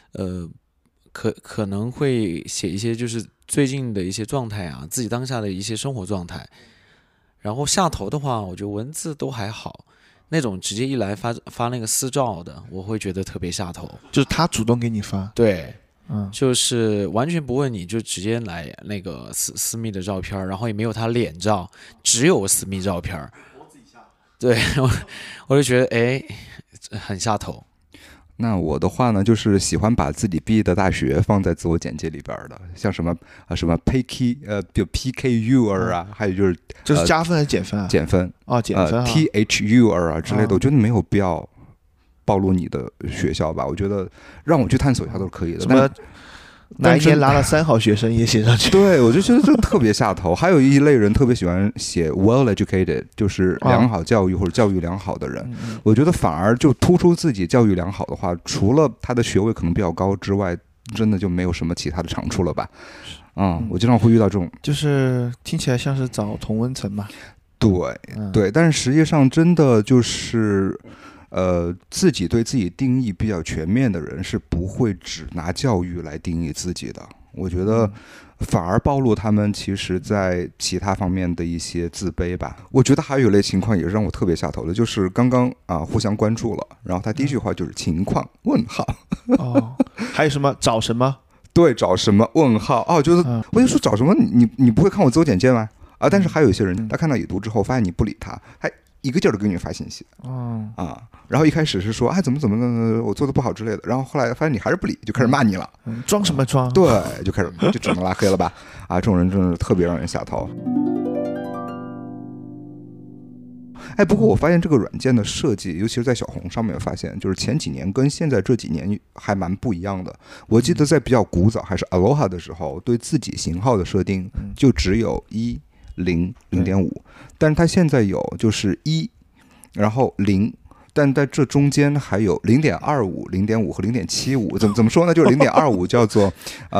可能会写一些就是最近的一些状态啊，自己当下的一些生活状态。然后下头的话，我觉得文字都还好，那种直接一来发那个私照的，我会觉得特别下头。 就是他主动给你发， 对，就是完全不问你，就直接来那个私密的照片，然后也没有他脸照，只有私密照片。对，我就觉得很下头。 那我的话呢，就是喜欢把自己毕业的大学放在自我简介里边的，像什么就 PKUR 啊，还有就是这是加分还是减分啊？ 减分啊，减分 THUR 啊之类的，我觉得没有必要暴露你的学校吧，我觉得让我去探索一下都是可以的。 什么哪一年拿了3好学生也写上去？ 对，我就觉得这特别下头。还有一类人特别喜欢写 well educated， 就是良好教育或者教育良好的人。我觉得反而就突出自己教育良好的话，除了他的学位可能比较高之外，真的就没有什么其他的长处了吧？我经常会遇到这种， 就是听起来像是找同温层嘛。 对，但是实际上真的就是。自己对自己定义比较全面的人是不会只拿教育来定义自己的，我觉得反而暴露他们其实在其他方面的一些自卑吧。我觉得还有一类情况也是让我特别下头的，就是刚刚互相关注了，然后他第一句话就是情况问号还有什么找什么？ 对，找什么问号就是我就说找什么，你不会看我自我简介吗？但是还有一些人他看到已读之后发现你不理他，还一个劲儿的给你发信息然后一开始是说怎么我做的不好之类的，然后后来发现你还是不理，就开始骂你了， 装什么装？ 对，就开始就只能拉黑了吧这种人真的特别让人下头。不过我发现这个软件的设计，尤其是在小红上面发现，就是前几年跟现在这几年还蛮不一样的。我记得在比较古早还是 Aloha 的时候，对自己型号的设定就只有1、0、0.5，但是它现在有就是1，然后0，但在这中间还有0.25、0.5和0.75，怎么说呢？就是0.25叫做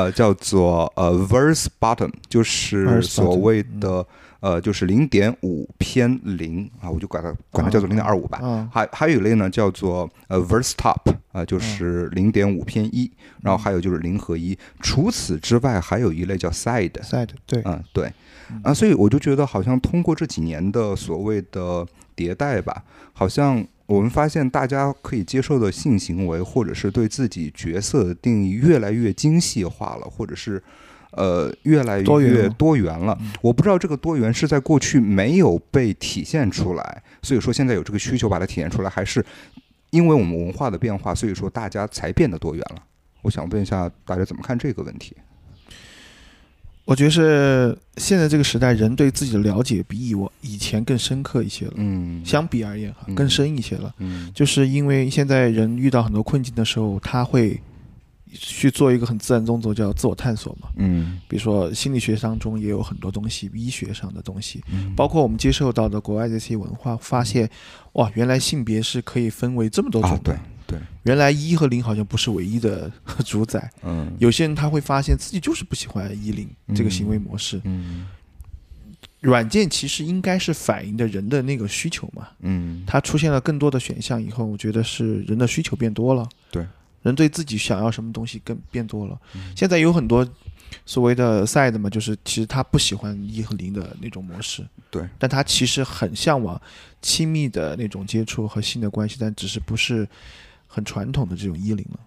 verse bottom， 就是所谓的就是0.5偏0我就管它叫做0.25吧。还有一类呢叫做verse top就是0.5偏1，然后还有就是0和1。除此之外，还有一类叫 side， 对， 对。所以我就觉得好像通过这几年的所谓的迭代吧，好像我们发现大家可以接受的性行为或者是对自己角色的定义越来越精细化了，或者是越来越多元了。我不知道这个多元是在过去没有被体现出来，所以说现在有这个需求把它体现出来，还是因为我们文化的变化，所以说大家才变得多元了。我想问一下大家怎么看这个问题？ 我觉得是现在这个时代，人对自己的了解比以前更深刻一些了。相比而言更深一些了。就是因为现在人遇到很多困境的时候，他会去做一个很自然动作，叫自我探索嘛。比如说心理学当中也有很多东西，医学上的东西，包括我们接受到的国外这些文化，发现哇，原来性别是可以分为这么多种的。 对， 原来1和0好像不是唯一的主宰。有些人他会发现自己就是不喜欢1、0这个行为模式。 软件其实应该是反映的人的那个需求嘛。它出现了更多的选项以后，我觉得是人的需求变多了。 对， 人对自己想要什么东西更变多了。现在有很多所谓的 side 嘛，就是其实他不喜欢1和0的那种模式。 对， 但他其实很向往亲密的那种接触和性的关系，但只是不是很传统的这种1-0了。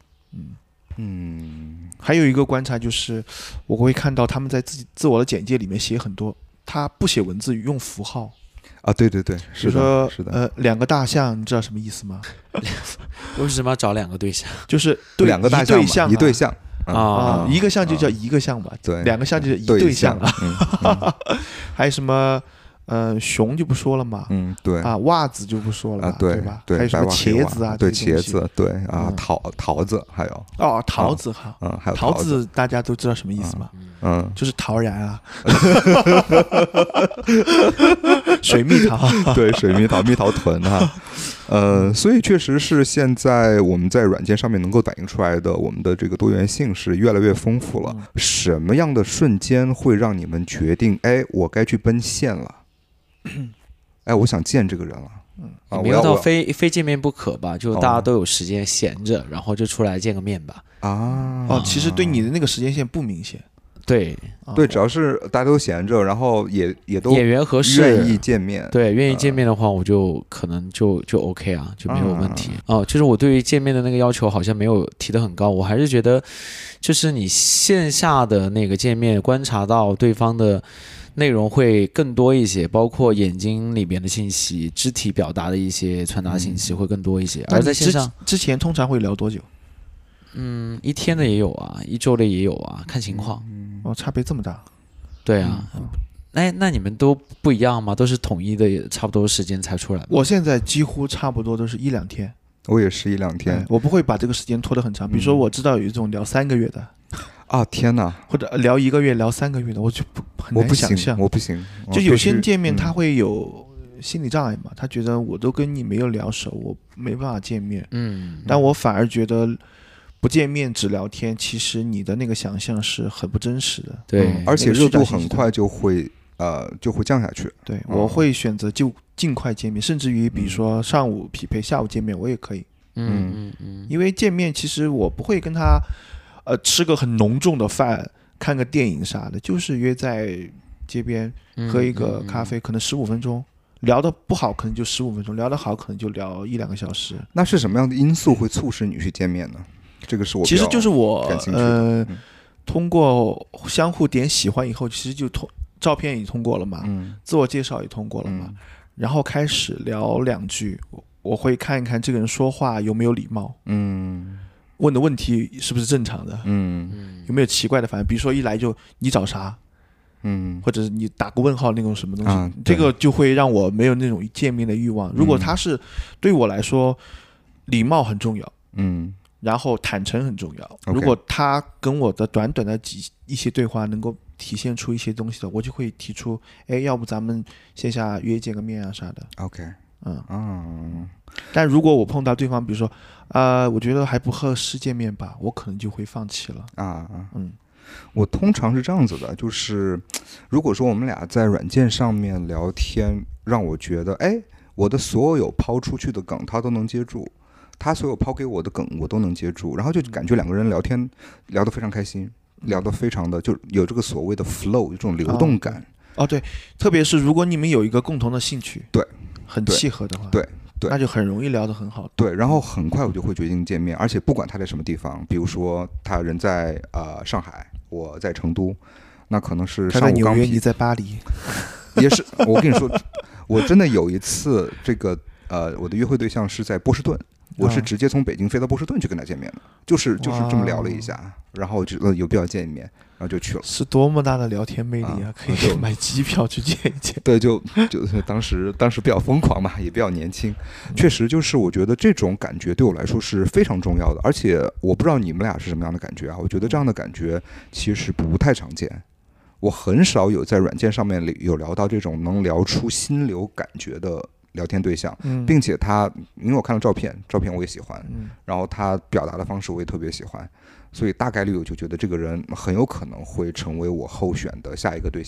还有一个观察就是，我会看到他们在自我的简介里面写很多，他不写文字，用符号。 对对对，是的，是的。2个大象，你知道什么意思吗？ 为什么要找2个对象？ 就是 2个大象，一对象一个象就叫一个象吧， 对 ，2个象就叫一对象啊。还有什么？熊就不说了嘛， 对袜子就不说了嘛， 对吧？还有什么茄子啊？ 对，茄子，对桃子，还有桃子哈， 还有桃子，大家都知道什么意思吗？就是陶然啊，水蜜桃， 对，水蜜桃，蜜桃臀哈，所以确实是现在我们在软件上面能够反映出来的，我们的这个多元性是越来越丰富了。什么样的瞬间会让你们决定，我该去奔现了？我想见这个人了。 没有到非见面不可吧？就大家都有时间闲着，然后就出来见个面吧。 其实对你的那个时间线不明显。 对， 只要是大家都闲着，然后也都眼缘合适， 愿意见面。 对，愿意见面的话，我就可能就 OK 啊，就没有问题。就是我对于见面的那个要求好像没有提得很高，我还是觉得，就是你线下的那个见面，观察到对方的内容会更多一些，包括眼睛里边的信息、肢体表达的一些传达信息会更多一些。而在线上之前通常会聊多久 ？1天的也有啊，1周的也有啊，看情况。 差别这么大？ 对啊。那你们都不一样吗？都是统一的差不多时间才出来吗？ 我现在几乎差不多都是1-2天。 我也是1-2天， 我不会把这个时间拖得很长。比如说我知道有一种聊3个月的。 天哪！ 或者聊1个月、聊3个月的，我就很难想象。 我不行。 就有些人见面他会有心理障碍嘛，他觉得我都跟你没有聊熟，我没办法见面。但我反而觉得不见面只聊天，其实你的那个想象是很不真实的。 对， 而且热度很快就会降下去。 对，我会选择就尽快见面，甚至于比如说上午匹配，下午见面我也可以。因为见面其实我不会跟他吃个很浓重的饭，看个电影啥的，就是约在街边喝一个咖啡，可能15分钟，聊得不好可能就15分钟，聊得好可能就聊1-2个小时。 那是什么样的因素会促使你去见面呢？这个是我其实就是我感兴趣的。 通过相互点喜欢以后，其实就照片也通过了嘛，自我介绍也通过了嘛，然后开始聊2句，我会看一看这个人说话有没有礼貌，问的问题是不是正常的，有没有奇怪的反应，比如说一来就你找啥，或者是你打个问号那种什么东西，这个就会让我没有那种见面的欲望。如果他是对我来说礼貌很重要，然后坦诚很重要，如果他跟我的短短的一些对话能够体现出一些东西的，我就会提出要不咱们线下约见个面啊啥的。 OK。 但如果我碰到对方比如说我觉得还不合适见面吧，我可能就会放弃了。 我通常是这样子的，就是如果说我们俩在软件上面聊天，让我觉得我的所有抛出去的梗他都能接住，他所有抛给我的梗我都能接住，然后就感觉2个人聊天聊得非常开心，聊得非常的就有这个所谓的 flow， 这种流动感。 对，特别是如果你们有一个共同的兴趣， 对， 很契合的话， 对， 那就很容易聊得很好。 对，然后很快我就会决定见面，而且不管他在什么地方，比如说他人在上海，我在成都，那可能是上午刚他在纽约，你在巴黎， 也是。我跟你说，我真的有一次，这个我的约会对象是在波士顿，我是直接从北京飞到波士顿去跟他见面的，就是这么聊了一下，然后觉得有必要见一面，然后就去了。 是多么大的聊天魅力啊！可以买机票去见一见。 对，就当时比较疯狂嘛，也比较年轻，确实就是我觉得这种感觉对我来说是非常重要的，而且我不知道你们俩是什么样的感觉啊？我觉得这样的感觉其实不太常见，我很少有在软件上面有聊到这种能聊出心流感觉的聊天对象，并且他因为我看到照片我也喜欢，然后他表达的方式我也特别喜欢，所以大概率我就觉得这个人很有可能会成为我候选的下一个对象。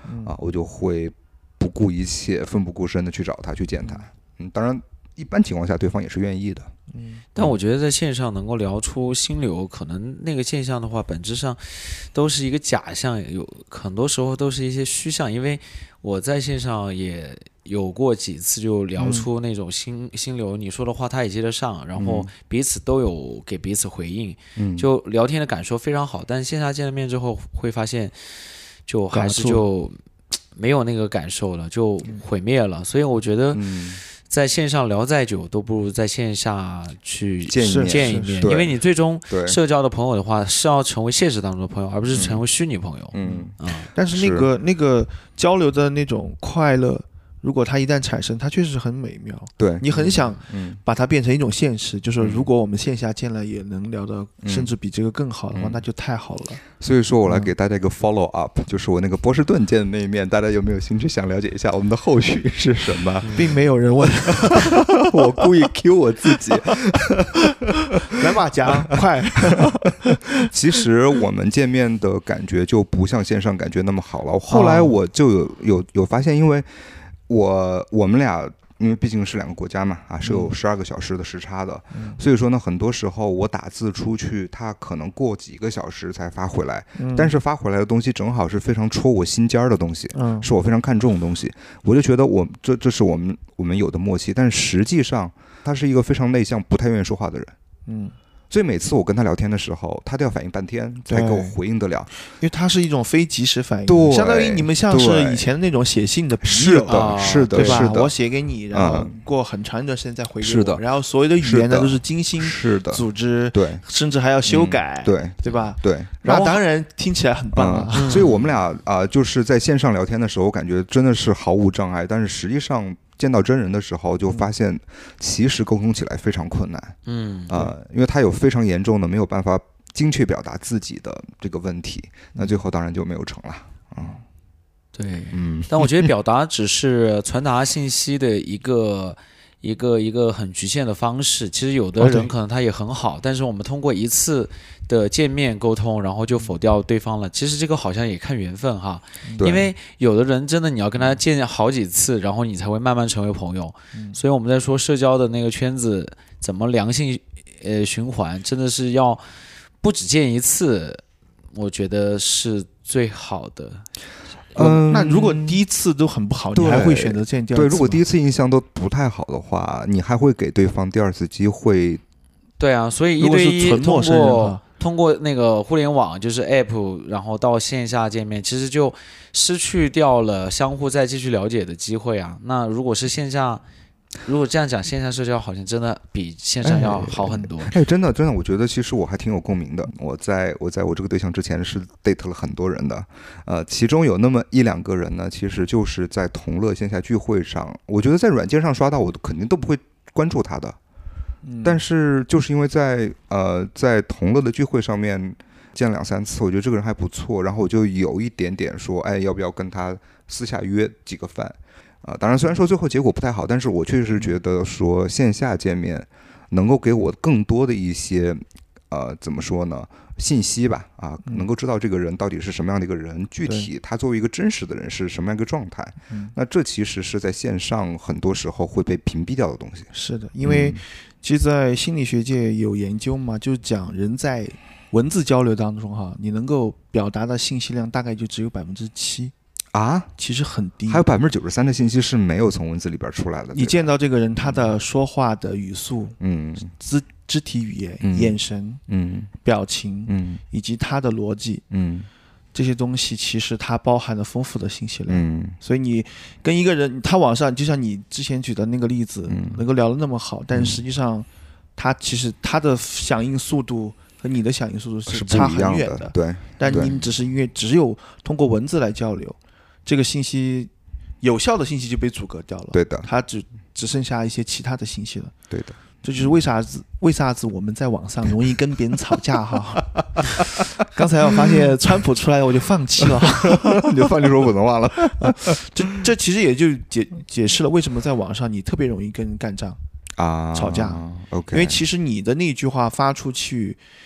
我就会不顾一切、奋不顾身的去找他去见他。当然一般情况下对方也是愿意的。 但我觉得在线上能够聊出心流，可能那个现象的话，本质上都是一个假象，有很多时候都是一些虚象。因为我在线上也有过几次就聊出那种心流，你说的话他也接得上，然后彼此都有给彼此回应，就聊天的感受非常好。但是线下见了面之后会发现，就还是就没有那个感受了，就毁灭了。所以我觉得在线上聊再久都不如在线下去见一面，因为你最终社交的朋友的话是要成为现实当中的朋友，而不是成为虚拟朋友。 但是那个交流的那种快乐，如果它一旦产生，它确实很美妙。 对， 你很想把它变成一种现实，就是如果我们线下见了也能聊到甚至比这个更好的话，那就太好了。 所以说我来给大家一个 follow up，就是我那个波士顿见的那一面，大家有没有兴趣想了解一下我们的后续是什么？ 并没有人问， 我故意 Q 我自己。 来吧，讲快。 其实我们见面的感觉就不像线上感觉那么好了。后来我就有发现，因为我们俩因为毕竟是两个国家嘛，是有12个小时的时差的，所以说呢，很多时候我打字出去，他可能过几个小时才发回来，但是发回来的东西正好是非常戳我心尖的东西，是我非常看重的东西，我就觉得这是我们有的默契，但是实际上他是一个非常内向、不太愿意说话的人，所以每次我跟他聊天的时候，他都要反应半天才给我回应得了， 因为他是一种非即时反应，相当于你们像是以前那种写信的笔友， 是的， 对吧？我写给你，然后过很长一段时间再回给我，然后所有的语言呢都是精心组织， 对， 甚至还要修改， 对吧？ 对， 那当然听起来很棒啊。 所以我们俩就是在线上聊天的时候，我感觉真的是毫无障碍，但是实际上见到真人的时候，就发现其实沟通起来非常困难。因为他有非常严重的没有办法精确表达自己的这个问题，那最后当然就没有成了。 对，但我觉得表达只是传达信息的一个很局限的方式。其实有的人可能他也很好，但是我们通过一次的见面沟通，然后就否掉对方了。其实这个好像也看缘分哈，因为有的人真的你要跟他见好几次，然后你才会慢慢成为朋友。所以我们在说社交的那个圈子怎么良性循环，真的是要不只见一次，我觉得是最好的。 那如果第一次都很不好，你还会选择见第二次吗？ 对，如果第一次印象都不太好的话，你还会给对方第二次机会？ 对啊，所以一对一通过那个互联网就是 app， 然后到线下见面，其实就失去掉了相互再继续了解的机会啊。那如果是线下，如果这样讲，线下社交好像真的比线上要好很多。 真的，我觉得其实我还挺有共鸣的。我在我这个对象之前是 date 了很多人的，其中有那么1-2个人呢，其实就是在同乐线下聚会上，我觉得在软件上刷到，我肯定都不会关注他的。但是就是因为在同乐的聚会上面见2-3次，我觉得这个人还不错，然后我就有一点点说，要不要跟他私下约几个饭？当然虽然说最后结果不太好，但是我确实觉得说线下见面能够给我更多的一些怎么说呢，信息吧，能够知道这个人到底是什么样的一个人，具体他作为一个真实的人是什么样一个状态。那这其实是在线上很多时候会被屏蔽掉的东西。 是的，因为其实在心理学界有研究嘛，就讲人在文字交流当中你能够表达的信息量大概就只有7%。其实很低， 还有93%的信息是没有从文字里边出来的。 你见到这个人，他的说话的语速，肢体语言、眼神、表情，以及他的逻辑，这些东西其实它包含了丰富的信息量。所以你跟一个人，他网上就像你之前举的那个例子，能够聊得那么好，但是实际上他其实他的响应速度和你的响应速度是差很远的。 对， 但你只是因为只有通过文字来交流，这个信息有效的信息就被阻隔掉了。 对的， 它只剩下一些其他的信息了。 对的， 这就是为啥子我们在网上容易跟别人吵架哈。刚才我发现川普出来我就放弃了， 你就放弃说普通话了。 这其实也就解释了为什么在网上你特别容易跟人干仗吵架。 OK， 因为其实你的那句话发出去，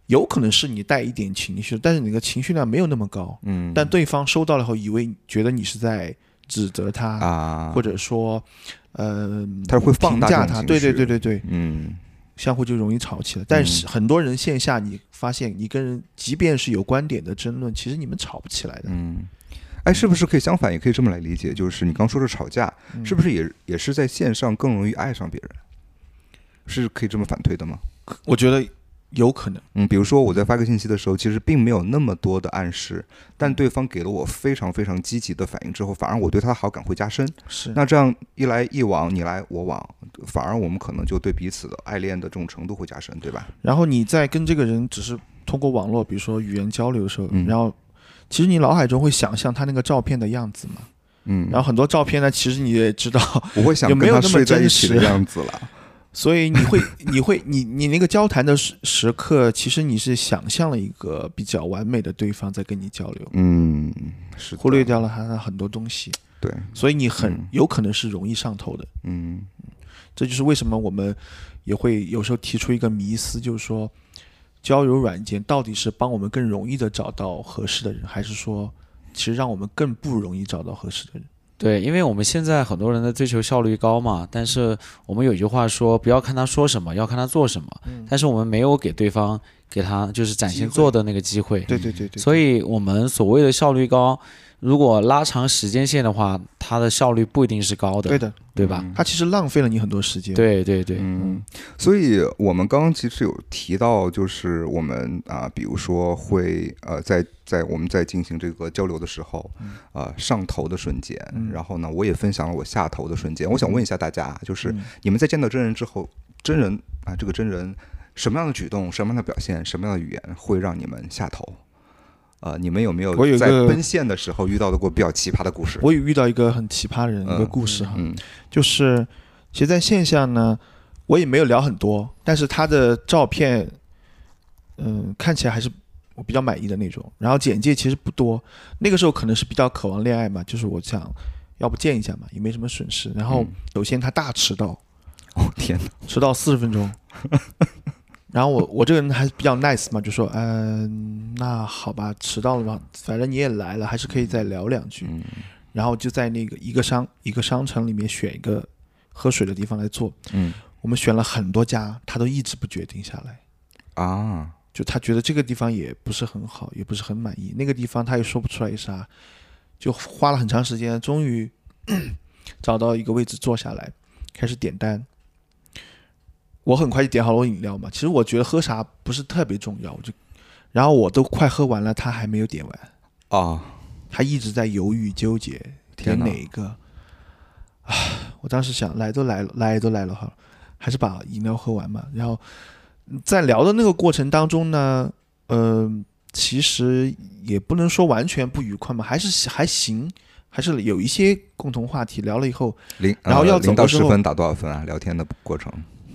有可能是你带一点情绪，但是你的情绪量没有那么高，但对方收到了后觉得你是在指责他或者说他会放大评价他，对，相互就容易吵起来。但是很多人线下你发现你跟人即便是有观点的争论，其实你们吵不起来的。 是不是可以相反，也可以这么来理解，就是你刚说的吵架，是不是也是在线上更容易爱上别人？是可以这么反推的吗？ 我觉得有可能。 比如说我在发个信息的时候，其实并没有那么多的暗示，但对方给了我非常非常积极的反应之后，反而我对他的好感会加深。 是， 那这样一来一往，你来我往，反而我们可能就对彼此的爱恋的这种程度会加深，对吧？ 然后你在跟这个人只是通过网络，比如说语言交流的时候，然后其实你脑海中会想象他那个照片的样子嘛。然后很多照片呢，其实你也知道， 我会想跟他睡在一起的样子了。 所以你那个交谈的时刻，其实你是想象了一个比较完美的对方在跟你交流， 是忽略掉了他的很多东西， 对， 所以你有可能是容易上头的，这就是为什么我们也会有时候提出一个迷思，就是说交友软件到底是帮我们更容易的找到合适的人，还是说其实让我们更不容易找到合适的人？ 对，因为我们现在很多人的追求效率高嘛，但是我们有一句话说，不要看他说什么，要看他做什么。但是我们没有给对方给他就是展现做的那个机会。 对。 所以我们所谓的效率高，如果拉长时间线的话，它的效率不一定是高的。 对的， 对吧？ 它其实浪费了你很多时间。 对。 所以我们刚刚其实有提到，就是我们比如说会在我们在进行这个交流的时候，上头的瞬间，然后呢，我也分享了我下头的瞬间。我想问一下大家，就是你们在见到真人之后，这个真人什么样的举动、什么样的表现、什么样的语言会让你们下头？你们有没有在奔现的时候遇到过比较奇葩的故事？ 我有遇到一个很奇葩的人，一个故事哈，就是其实在线下呢，我也没有聊很多，但是他的照片，看起来还是我比较满意的那种。然后简介其实不多，那个时候可能是比较渴望恋爱嘛，就是我想要不见一下嘛，也没什么损失。然后首先他大迟到， 天哪， 迟到40分钟。然后我这个人还是比较 nice 嘛，就说那好吧，迟到了嘛，反正你也来了，还是可以再聊两句。然后就在那个一个商城里面选一个喝水的地方来坐。我们选了很多家，他都一直不决定下来就他觉得这个地方也不是很好，也不是很满意，那个地方他也说不出来啥，就花了很长时间，终于找到一个位置坐下来，开始点单。我很快就点好了我饮料嘛，其实我觉得喝啥不是特别重要，然后我都快喝完了，他还没有点完他一直在犹豫纠结点哪一个我当时想来都来了好了，还是把饮料喝完嘛。然后在聊的那个过程当中呢，其实也不能说完全不愉快嘛，还行，还是有一些共同话题。聊了以后然后要走的时候 0到10分打多少分啊？聊天的过程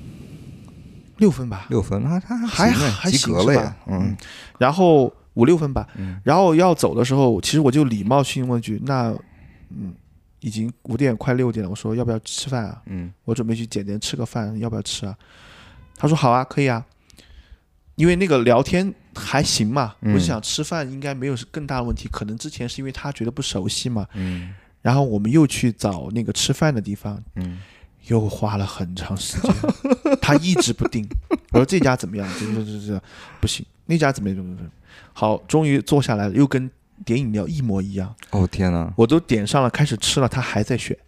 6分吧 ，6分，那他还及格了呀。 然后5、6分吧。然后要走的时候，其实我就礼貌性问句，那已经5点快6点了，我说要不要吃饭啊？我准备去简单吃个饭，要不要吃啊？他说好啊，可以啊。因为那个聊天还行嘛，我就想吃饭应该没有更大的问题，可能之前是因为他觉得不熟悉嘛。然后我们又去找那个吃饭的地方。又花了很长时间，他一直不定。我说这家怎么样？这不行，那家怎么样？好，终于坐下来了，又跟点饮料一模一样。 天哪！ 我都点上了，开始吃了，他还在选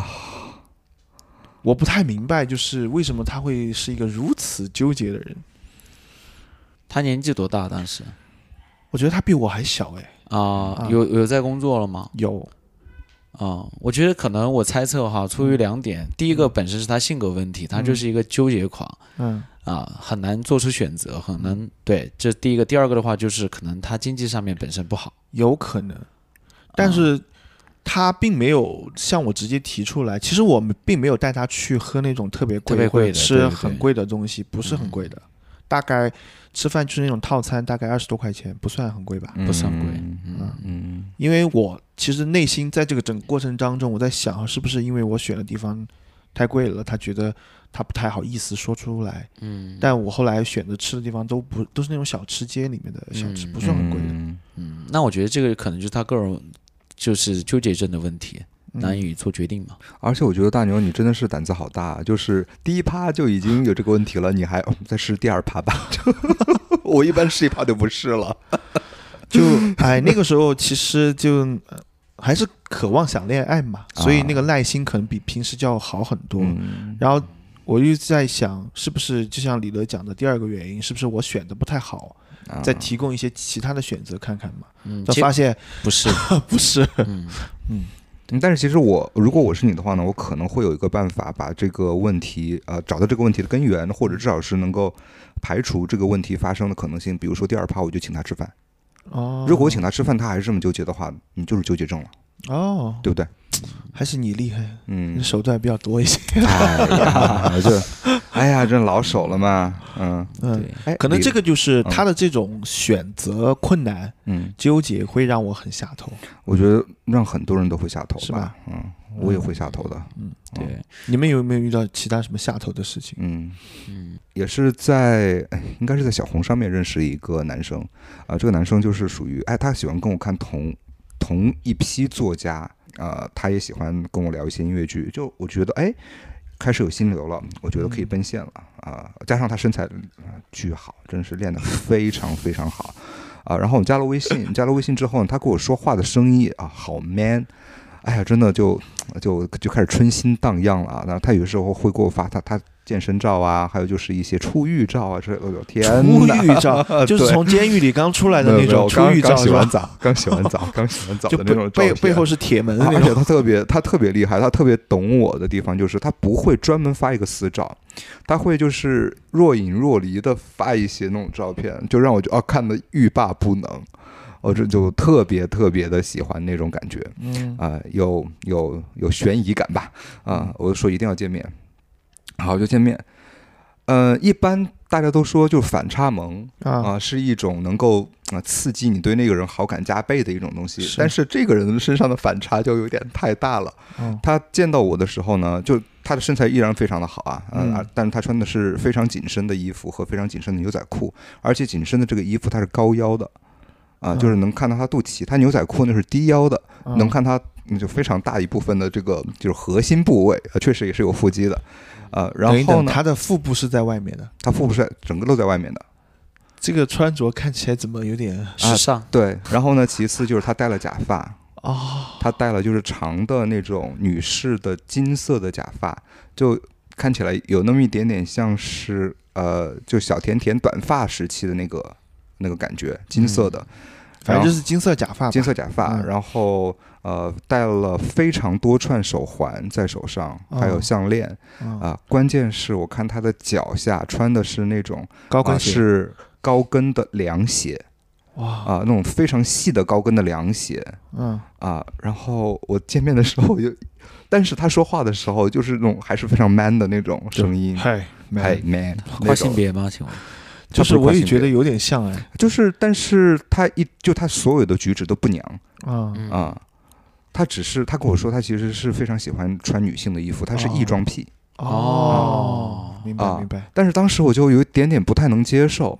我不太明白，就是为什么他会是一个如此纠结的人。 他年纪多大当时？ 我觉得他比我还小有在工作了吗？ 有。 我觉得可能我猜测哈，出于2点，第一个本身是他性格问题，他就是一个纠结狂，很难做出选择，很难对，这第一个。第二个的话就是可能他经济上面本身不好， 有可能，但是他并没有向我直接提出来。其实我们并没有带他去喝那种特别贵的，吃很贵的东西，不是很贵的，大概吃饭就是那种套餐，大概20多块钱，不算很贵吧？ 不算贵。 因为我其实内心在这个整个过程当中，我在想，是不是因为我选的地方太贵了，他觉得他不太好意思说出来。但我后来选择吃的地方都是那种小吃街里面的小吃，不是很贵的。 那我觉得这个可能就是他个人就是纠结症的问题，难以做决定嘛。 而且我觉得大牛你真的是胆子好大，就是第一趴就已经有这个问题了，你还再试第二趴吧。我一般试一趴就不试了。 就那个时候其实就还是渴望想恋爱嘛，所以那个耐心可能比平时就要好很多。然后我就在想，是不是就像李乐讲的第二个原因，是不是我选的不太好，再提供一些其他的选择看看嘛？就发现不是不是。 但是其实如果我是你的话呢，我可能会有一个办法把这个问题找到这个问题的根源，或者至少是能够排除这个问题发生的可能性。比如说第二趴我就请他吃饭。如果我请他吃饭他还是这么纠结的话，你就是纠结症了。对不对？ 还是你厉害，你手段比较多一些。 哎呀，这老手了嘛。 对，可能这个就是他的这种选择困难，纠结会让我很下头。 我觉得让很多人都会下头吧，是吧？我也会下头的。 对， 你们有没有遇到其他什么下头的事情？ 也是应该是在小红上面认识一个男生这个男生就是属于他喜欢跟我看同一批作家他也喜欢跟我聊一些音乐剧，就我觉得开始有心流了，我觉得可以奔现了加上他身材巨好，真是练得非常非常好然后我们加了微信之后呢，他跟我说话的声音好 man。哎呀，真的就开始春心荡漾了然后他有时候会给我发他健身照啊，还有就是一些出狱照天哪， 出狱照就是从监狱里刚出来的那种出狱照， 刚洗完澡的那种照片， 背后是铁门的那种。 而且他特别厉害，他特别懂我的地方就是他不会专门发一个私照，他会就是若隐若离的发一些那种照片，就让我看得欲罢不能。我这就特别特别的喜欢那种感觉，有悬疑感吧，我就说一定要见面，好就见面。一般大家都说就反差萌是一种能够刺激你对那个人好感加倍的一种东西，但是这个人身上的反差就有点太大了。他见到我的时候呢，就他的身材依然非常的好但是他穿的是非常紧身的衣服和非常紧身的牛仔裤，而且紧身的这个衣服它是高腰的。就是能看到他肚脐，他牛仔裤那是低腰的，能看他就非常大一部分的这个就是核心部位，确实也是有腹肌的，然后呢， 他的腹部是在外面的， 他腹部是整个都在外面的， 这个穿着看起来怎么有点时尚？ 对，然后呢，其次就是他戴了假发，他戴了就是长的那种女士的金色的假发，就看起来有那么一点点像是就小甜甜短发时期的那个感觉，金色的， 反正就是金色假发， 然后戴了非常多串手环在手上，还有项链关键是我看他的脚下穿的是那种高跟鞋， 是高跟的凉鞋，那种非常细的高跟的凉鞋，然后我见面的时候但是他说话的时候就是那种还是非常 man 的那种声音， 嗨 man， 跨性别吗？请问？ 就是我也觉得有点像但是他所有的举止都不娘他跟我说他其实是非常喜欢穿女性的衣服，他是异装癖明白。 但是当时我就有一点点不太能接受，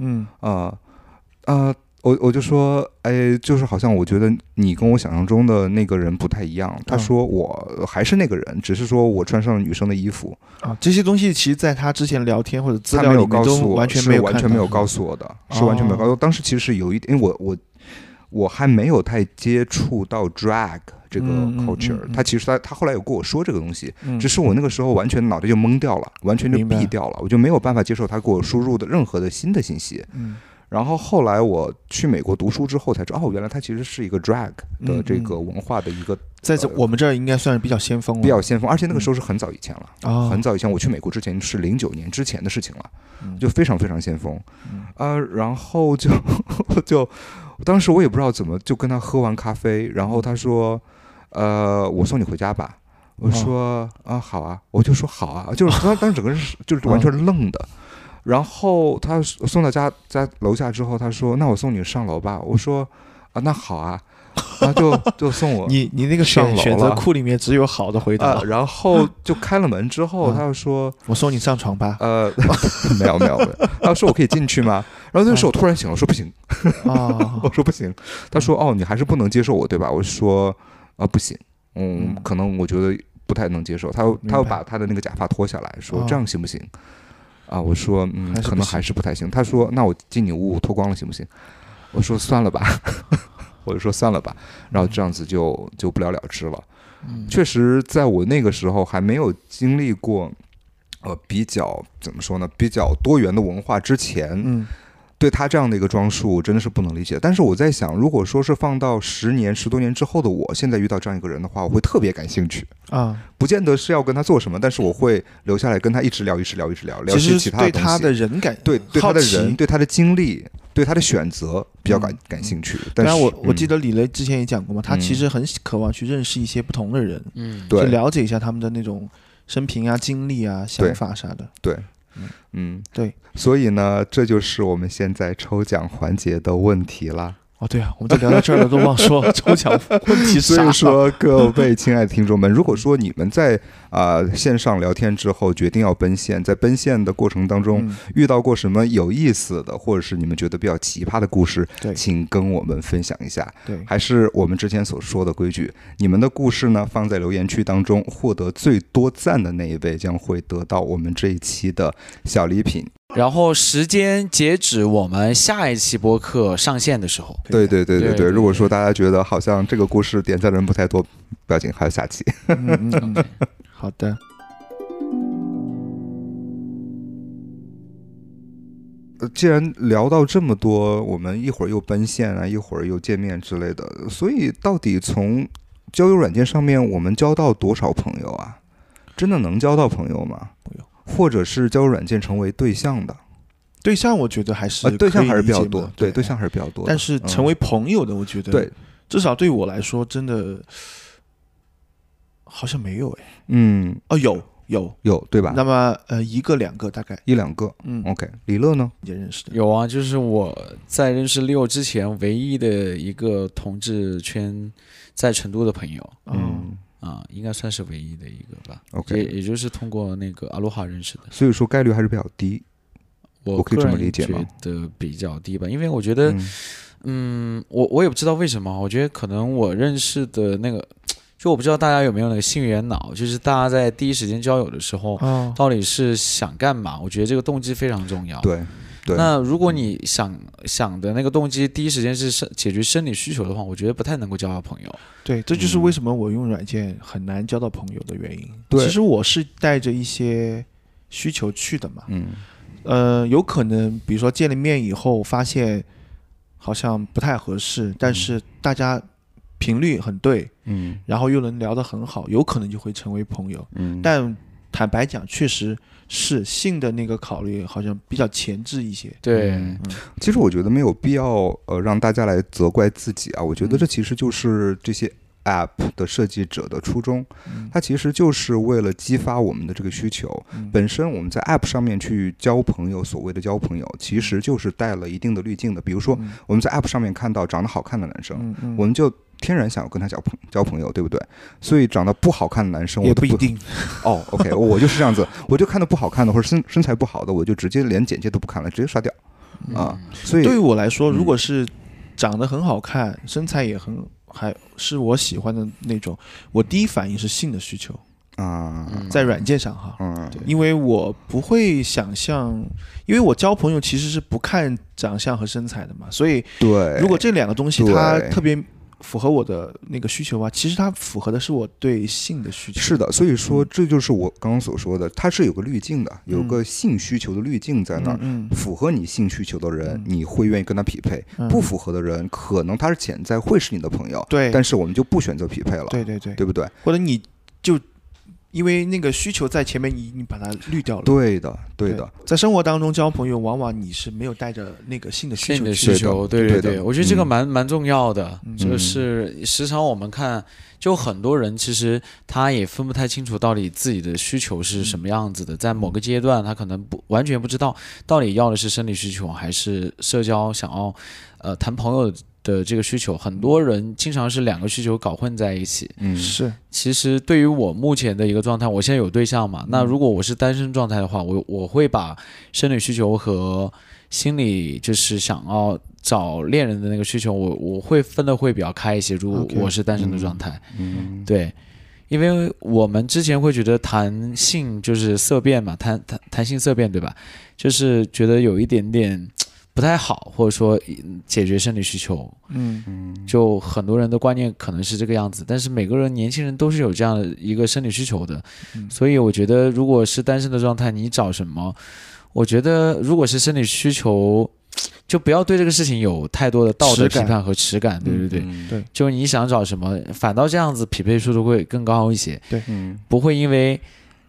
我就说，就是好像我觉得你跟我想象中的那个人不太一样。他说我还是那个人，只是说我穿上了女生的衣服这些东西其实在他之前聊天或者资料里面都完全没有告诉我的，是完全没有告诉我。当时其实是有一点，因为我还没有太接触到 drag 这个 culture，他其实他后来有跟我说这个东西，只是我那个时候完全脑袋就懵掉了，完全就闭掉了，我就没有办法接受他给我输入的任何的新的信息。然后后来我去美国读书之后才知道，原来它其实是一个 drag 的这个文化的一个， 在我们这儿应该算是比较先锋了， 而且那个时候是很早以前了，很早以前我去美国之前是09年之前的事情了，就非常非常先锋，然后就当时我也不知道怎么就跟他喝完咖啡，然后他说，我送你回家吧，我说好啊，我就说好啊，就是当时整个人就是完全愣的。然后他送到家楼下之后，他说：“那我送你上楼吧。”我说：“那好啊。” 然后就送我你那个选择库里面只有好的回答然后就开了门之后，他就说我送你上床吧。 没有，他说我可以进去吗？然后那个时候我突然醒了，说不行我说不行。他说你还是不能接受我对吧？我说不行，可能我觉得不太能接受。他又把他的那个假发脱下来说这样行不行我说可能还是不太行。他说那我进你屋脱光了行不行？我说算了吧我就说算了吧，然后这样子就不了了之了。确实在我那个时候还没有经历过比较怎么说呢，比较多元的文化之前，对他这样的一个装束真的是不能理解。但是我在想，如果说是放到10多年之后的我，现在遇到这样一个人的话，我会特别感兴趣不见得是要跟他做什么，但是我会留下来跟他一直聊些其他的东西。 对他的人感， 对他的人，对他的经历，对他的选择比较感兴趣。但是我记得李雷之前也讲过嘛，他其实很渴望去认识一些不同的人， 对， 去了解一下他们的那种生平啊、经历啊、想法啥的。 对， 对。 所以呢，这就是我们现在抽奖环节的问题啦。 对啊，我们就聊到这儿了，都忘说抽奖问题是啥。 所以说，各位亲爱的听众们，如果说你们在线上聊天之后决定要奔现，在奔现的过程当中遇到过什么有意思的，或者是你们觉得比较奇葩的故事，请跟我们分享一下。 对， 还是我们之前所说的规矩，你们的故事呢放在留言区当中，获得最多赞的那一位将会得到我们这一期的小礼品。 然后时间截止我们下一期播客上线的时候。 对。如果说大家觉得好像这个故事点赞的人不太多，不要紧，还有下期。 好的。 既然聊到这么多，我们一会儿又奔现啊，一会儿又见面之类的，所以到底从交友软件上面我们交到多少朋友啊？真的能交到朋友吗？或者是交友软件成为对象的？ 对象我觉得还是对象还是比较多，对，对象还是比较多的。 但是成为朋友的，我觉得对， 至少对我来说，真的好像没有有对吧？那么1个2个大概 1-2个，OK。李乐呢？ 也认识的有啊，就是我在认识Leo之前唯一的一个同志圈在成都的朋友，应该算是唯一的一个吧。 OK， 也就是通过那个阿罗哈认识的， 所以说概率还是比较低。我可以这么理解吗？ 觉得比较低吧，因为我觉得，我也不知道为什么，我觉得可能我认识的那个，就我不知道大家有没有那个性缘脑，就是大家在第一时间交友的时候，到底是想干嘛？我觉得这个动机非常重要。 对。 那如果你想的那个动机第一时间是解决生理需求的话，我觉得不太能够交到朋友。 对，这就是为什么我用软件很难交到朋友的原因。 对， 其实我是带着一些需求去的嘛。有可能比如说见了面以后发现好像不太合适，但是大家频率很对，然后又能聊得很好，有可能就会成为朋友。但坦白讲，确实是性的那个考虑好像比较前置一些。 对， 其实我觉得没有必要让大家来责怪自己啊，我觉得这其实就是这些App 的设计者的初衷，它其实就是为了激发我们的这个需求。本身我们在 App 上面去交朋友，所谓的交朋友其实就是带了一定的滤镜的。比如说我们在 App 上面看到长得好看的男生，我们就天然想要跟他交朋友，对不对？所以长得不好看的男生我都也不一定。 OK， 我就是这样子，我就看到不好看的或者身材不好的，我就直接连简介都不看了，直接刷掉所以对于我来说，如果是长得很好看，身材也还是我喜欢的那种，我第一反应是性的需求在软件上因为我不会想象，因为我交朋友其实是不看长相和身材的嘛，所以对， 如果这两个东西它特别符合我的那个需求啊，其实它符合的是我对性的需求。 是的，所以说这就是我刚刚所说的，它是有个滤镜的，有个性需求的滤镜在那儿。符合你性需求的人，你会愿意跟他匹配；不符合的人，可能他是潜在会是你的朋友， 对， 但是我们就不选择匹配了。 对， 对不对？ 或者你就因为那个需求在前面，你把它滤掉了。 对的。 在生活当中交朋友，往往你是没有带着那个性的需求。对，我觉得这个蛮重要的。就是时常我们看，就很多人其实他也分不太清楚到底自己的需求是什么样子的。在某个阶段，他可能完全不知道到底要的是生理需求还是社交想要谈朋友的这个需求，很多人经常是2个需求搞混在一起。 是。 其实对于我目前的一个状态，我现在有对象嘛，那如果我是单身状态的话，我会把生理需求和心理就是想要找恋人的那个需求，我会分的会比较开一些。如果我是单身的状态，对。因为我们之前会觉得谈性就是色变嘛，谈性色变，对吧？就是觉得有一点点不太好，或者说解决生理需求，就很多人的观念可能是这个样子。但是每个人年轻人都是有这样的一个生理需求的，所以我觉得如果是单身的状态，你找什么？我觉得如果是生理需求，就不要对这个事情有太多的道德批判和耻感，对，就你想找什么，反倒这样子匹配速度会更高一些， 对， 不会因为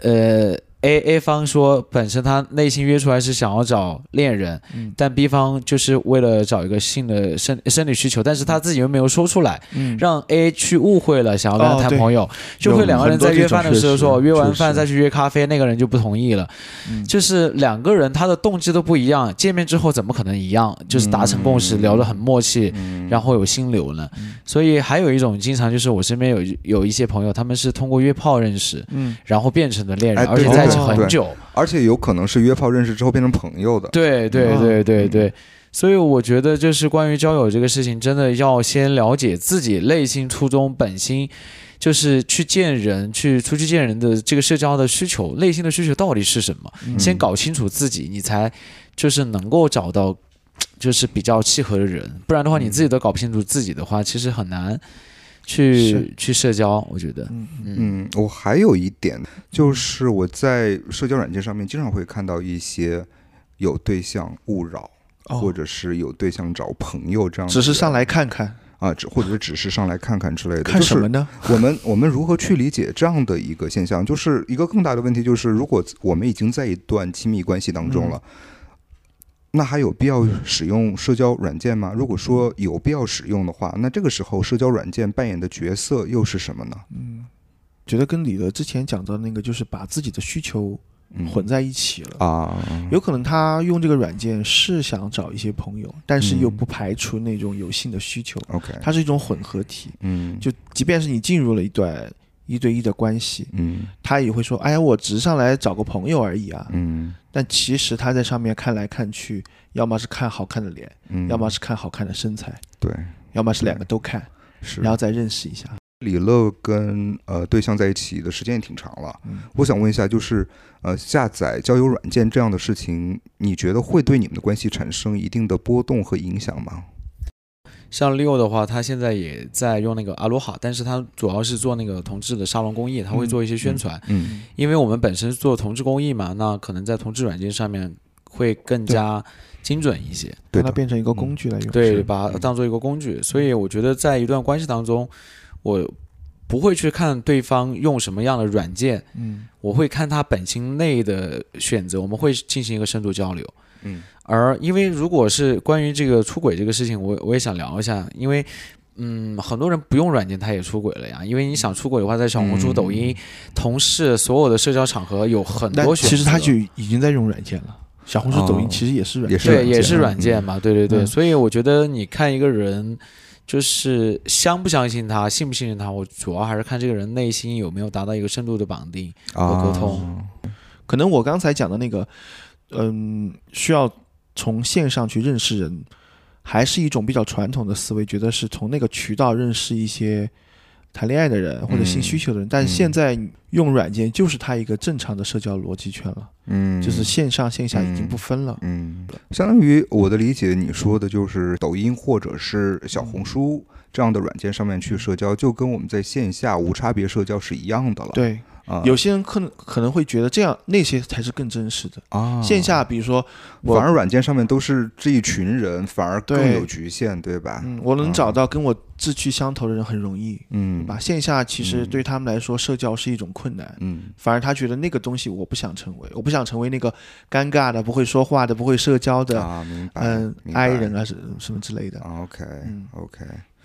A 方说本身他内心约出来是想要找恋人，但 B 方就是为了找一个性的生理需求，但是他自己又没有说出来，让 A 去误会了想要跟他谈朋友，就会2个人在约饭的时候说约完饭再去约咖啡，那个人就不同意了，就是2个人他的动机都不一样，见面之后怎么可能一样，就是达成共识，聊得很默契，然后有心流呢？所以还有一种经常就是我身边有一些朋友，他们是通过约炮认识，然后变成的恋人，而且在一起很久， 而且有可能是约炮认识之后变成朋友的。 对，所以我觉得就是关于交友这个事情，真的要先了解自己内心初衷本心，就是去见人，出去见人的这个社交的需求，内心的需求到底是什么，先搞清楚自己，你才就是能够找到就是比较契合的人，不然的话你自己都搞不清楚自己的话，其实很难去社交，我觉得。 我还有一点就是我在社交软件上面经常会看到一些有对象勿扰，或者是有对象找朋友这样的， 只是上来看看啊，或者是只是上来看看之类的。 看什么呢？ 我们如何去理解这样的一个现象？就是一个更大的问题，就是如果我们已经在一段亲密关系当中了。那还有必要使用社交软件吗？如果说有必要使用的话，那这个时候社交软件扮演的角色又是什么呢？ 觉得跟李德之前讲的那个，就是把自己的需求混在一起了啊。有可能他用这个软件是想找一些朋友，但是又不排除那种有性的需求。 OK， 它是一种混合体。就即便是你进入了一段1对1的关系，他也会说，哎呀，我只是上来找个朋友而已啊。但其实他在上面看来看去，要么是看好看的脸，要么是看好看的身材， 对， 要么是2个都看，然后再认识一下。 李乐跟对象在一起的时间也挺长了，我想问一下，就是下载交友软件这样的事情，你觉得会对你们的关系产生一定的波动和影响吗？ 像 Leo 的话，他现在也在用那个阿罗哈，但是他主要是做那个同志的沙龙公益，他会做一些宣传。因为我们本身做同志公益嘛，那可能在同志软件上面会更加精准一些， 把它变成一个工具来用。 对，把它当做一个工具。所以我觉得在一段关系当中，我不会去看对方用什么样的软件，我会看他本心内的选择，我们会进行一个深度交流。而因为如果是关于这个出轨这个事情，我也想聊一下，因为很多人不用软件他也出轨了呀。因为你想出轨的话，在小红书、抖音、同事所有的社交场合有很多选择。 其实他就已经在用软件了。小红书、抖音其实也是软件， 对，也是软件嘛。对。所以我觉得你看一个人，就是相不相信他，信不信任他，我主要还是看这个人内心有没有达到一个深度的绑定和沟通。 可能我刚才讲的那个，需要从线上去认识人，还是一种比较传统的思维，觉得是从那个渠道认识一些谈恋爱的人或者性需求的人。但是现在用软件就是它一个正常的社交逻辑圈了，就是线上线下已经不分了。 相当于我的理解，你说的就是抖音或者是小红书这样的软件上面去社交，就跟我们在线下无差别社交是一样的了。 对。有些人可能会觉得这样那些才是更真实的啊。线下比如说反而软件上面都是这一群人，反而更有局限，对吧？ 我能找到跟我志趣相投的人很容易，吧？线下其实对他们来说，社交是一种困难，反而他觉得那个东西我不想成为那个尴尬的、不会说话的、不会社交的， 明白 ，I 人啊什么之类的。 OK。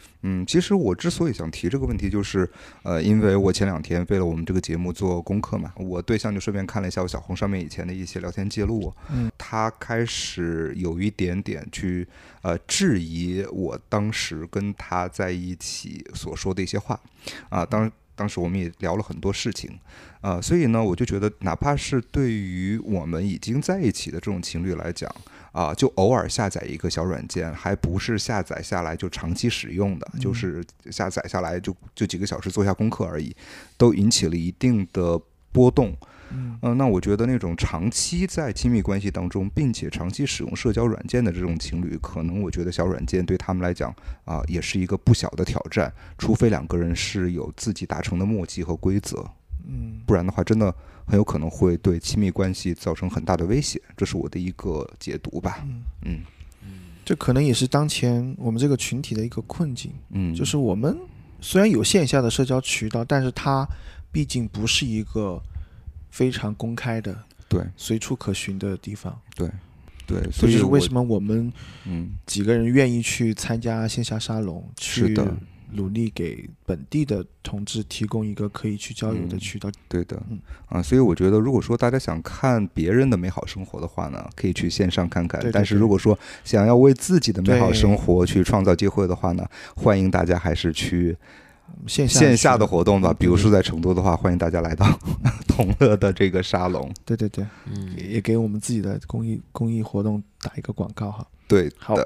其实我之所以想提这个问题，就是因为我前2天为了我们这个节目做功课嘛，我对象就顺便看了一下我小红上面以前的一些聊天记录，他开始有一点点去质疑我当时跟他在一起所说的一些话啊，当时我们也聊了很多事情，所以呢，我就觉得，哪怕是对于我们已经在一起的这种情侣来讲，就偶尔下载一个小软件，还不是下载下来就长期使用的，就是下载下来就几个小时做一下功课而已，都引起了一定的波动。那我觉得那种长期在亲密关系当中，并且长期使用社交软件的这种情侣，可能我觉得小软件对他们来讲也是一个不小的挑战，除非2个人是有自己达成的默契和规则，不然的话真的很有可能会对亲密关系造成很大的威胁，这是我的一个解读吧。 这可能也是当前我们这个群体的一个困境，就是我们虽然有线下的社交渠道，但是它毕竟不是一个非常公开的，对，随处可寻的地方。对，所以就是为什么我们几个人愿意去参加线下沙龙，去努力给本地的同志提供一个可以去交友的渠道。对的， 所以我觉得，如果说大家想看别人的美好生活的话呢，可以去线上看看。但是如果说想要为自己的美好生活去创造机会的话呢，欢迎大家还是去线下的活动吧。比如说在成都的话，欢迎大家来到同乐的这个沙龙。 对，也给我们自己的公益活动打一个广告哈。 对的。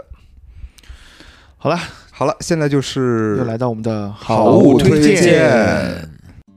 好了，现在就是又来到我们的好物推荐。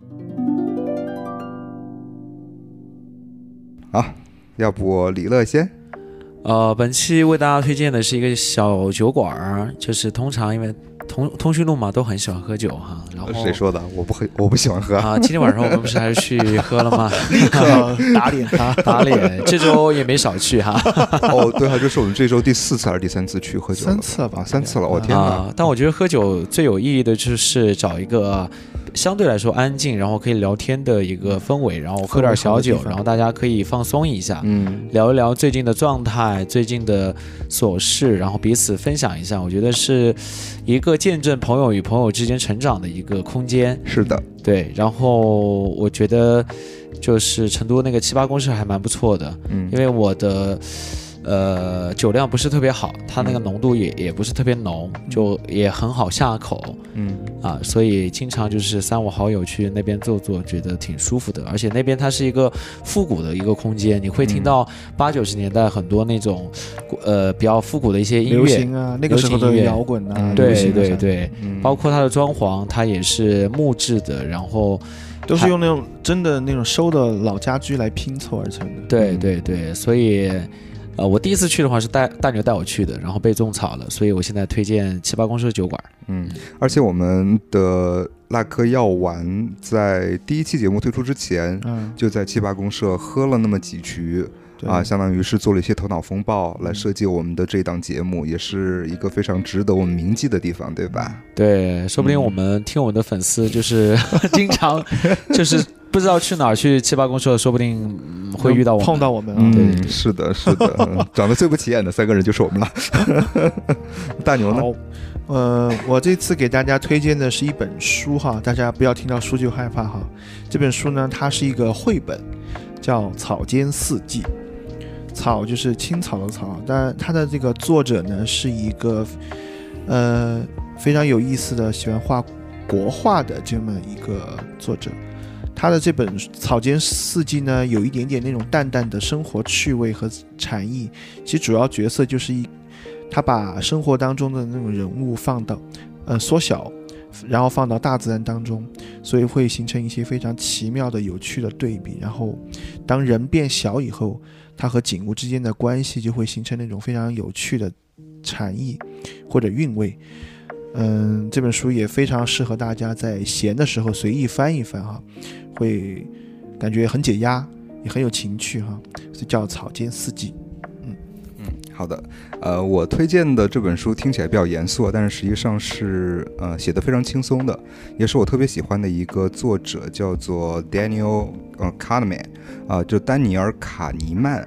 好，要不李乐先？ 本期为大家推荐的是一个小酒馆，就是通常因为通讯录嘛，都很喜欢喝酒哈。然后谁说的？我不喜欢喝啊。今天晚上我们不是还是去喝了吗？ 立刻打脸他， 打脸。这周也没少去哈。 对啊，这是我们这周第4次还是第3次去喝酒了？3 次了吧 ？3次了，我天哪！ 但我觉得喝酒最有意义的就是找一个相对来说安静，然后可以聊天的一个氛围，然后喝点小酒，然后大家可以放松一下，聊一聊最近的状态、最近的琐事，然后彼此分享一下。我觉得是一个见证朋友与朋友之间成长的一个空间。 是的， 对。然后我觉得就是成都那个7-8公社还蛮不错的，因为我的酒量不是特别好，它那个浓度也不是特别浓，就也很好下口，所以经常就是3-5好友去那边坐，觉得挺舒服的。而且那边它是一个复古的一个空间，你会听到80-90年代很多那种比较复古的一些音乐， 流行啊，那个时候的摇滚啊， 对，包括它的装潢，它也是木质的，然后都是用那种真的那种收的老家居来拼凑而成的。 对，所以我第一次去的话是大牛带我去的，然后被种草了，所以我现在推荐7-8公社酒馆。 而且我们的辣科药丸在第1期节目推出之前，就在7-8公社喝了那么几局。相当于是做了一些头脑风暴来设计我们的这档节目，也是一个非常值得我们铭记的地方，对吧？ 对，说不定我们听我们的粉丝就是经常就是不知道去哪儿去7-8公社，说不定会遇到我们， 碰到我们。 对， 是的，长得最不起眼的3个人就是我们了。大牛呢？ 我这次给大家推荐的是一本书哈，大家不要听到书就害怕哈。这本书呢，它是一个绘本，叫《草间四季》。草就是青草的草，但它的这个作者呢是一个非常有意思的喜欢画国画的这么一个作者。他的这本《草间四季》呢，有一点点那种淡淡的生活趣味和禅意。其实主要角色就是他把生活当中的那种人物放到缩小，然后放到大自然当中，所以会形成一些非常奇妙的有趣的对比。然后当人变小以后，它和景物之间的关系就会形成那种非常有趣的禅意或者韵味。这本书也非常适合大家在闲的时候随意翻一翻哈，会感觉很解压，也很有情趣哈，所以叫草间四季。 好的，我推荐的这本书听起来比较严肃，但是实际上是写得非常轻松的，也是我特别喜欢的一个作者，叫做 Daniel Kahneman，就丹尼尔·卡尼曼。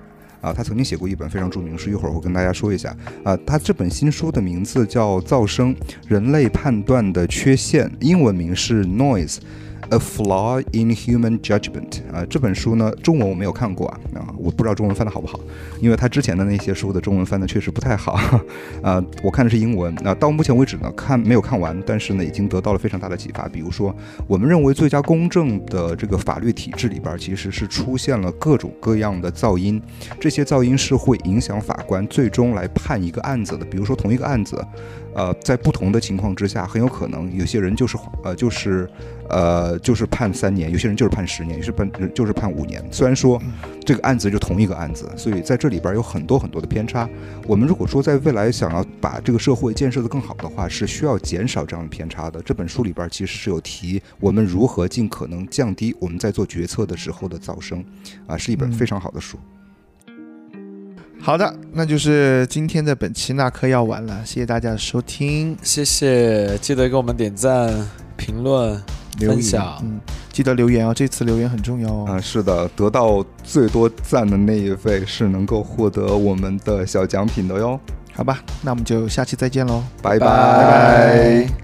他曾经写过一本非常著名的书，一会儿我跟大家说一下他这本新书的名字叫《噪声：人类判断的缺陷》，英文名是 Noise。A Flaw in Human Judgment 这本书呢，中文我没有看过我不知道中文翻的好不好，因为他之前的那些书的中文翻的确实不太好我看的是英文到目前为止呢没有看完，但是呢已经得到了非常大的启发。比如说，我们认为最佳公正的这个法律体制里边，其实是出现了各种各样的噪音，这些噪音是会影响法官最终来判一个案子的。比如说同一个案子在不同的情况之下，很有可能有些人就是判3年，有些人就是判10年，有些人就是判5年。虽然说这个案子就同一个案子，所以在这里边有很多很多的偏差。我们如果说在未来想要把这个社会建设得更好的话，是需要减少这样的偏差的。这本书里边其实是有提我们如何尽可能降低我们在做决策的时候的噪声是一本非常好的书。 好的，那就是今天的本期那科要完了，谢谢大家的收听， 谢谢，记得给我们点赞、评论、分享， 记得留言这次留言很重要是的，得到最多赞的那一位是能够获得我们的小奖品的哟。 好吧，那我们就下期再见喽， 拜拜。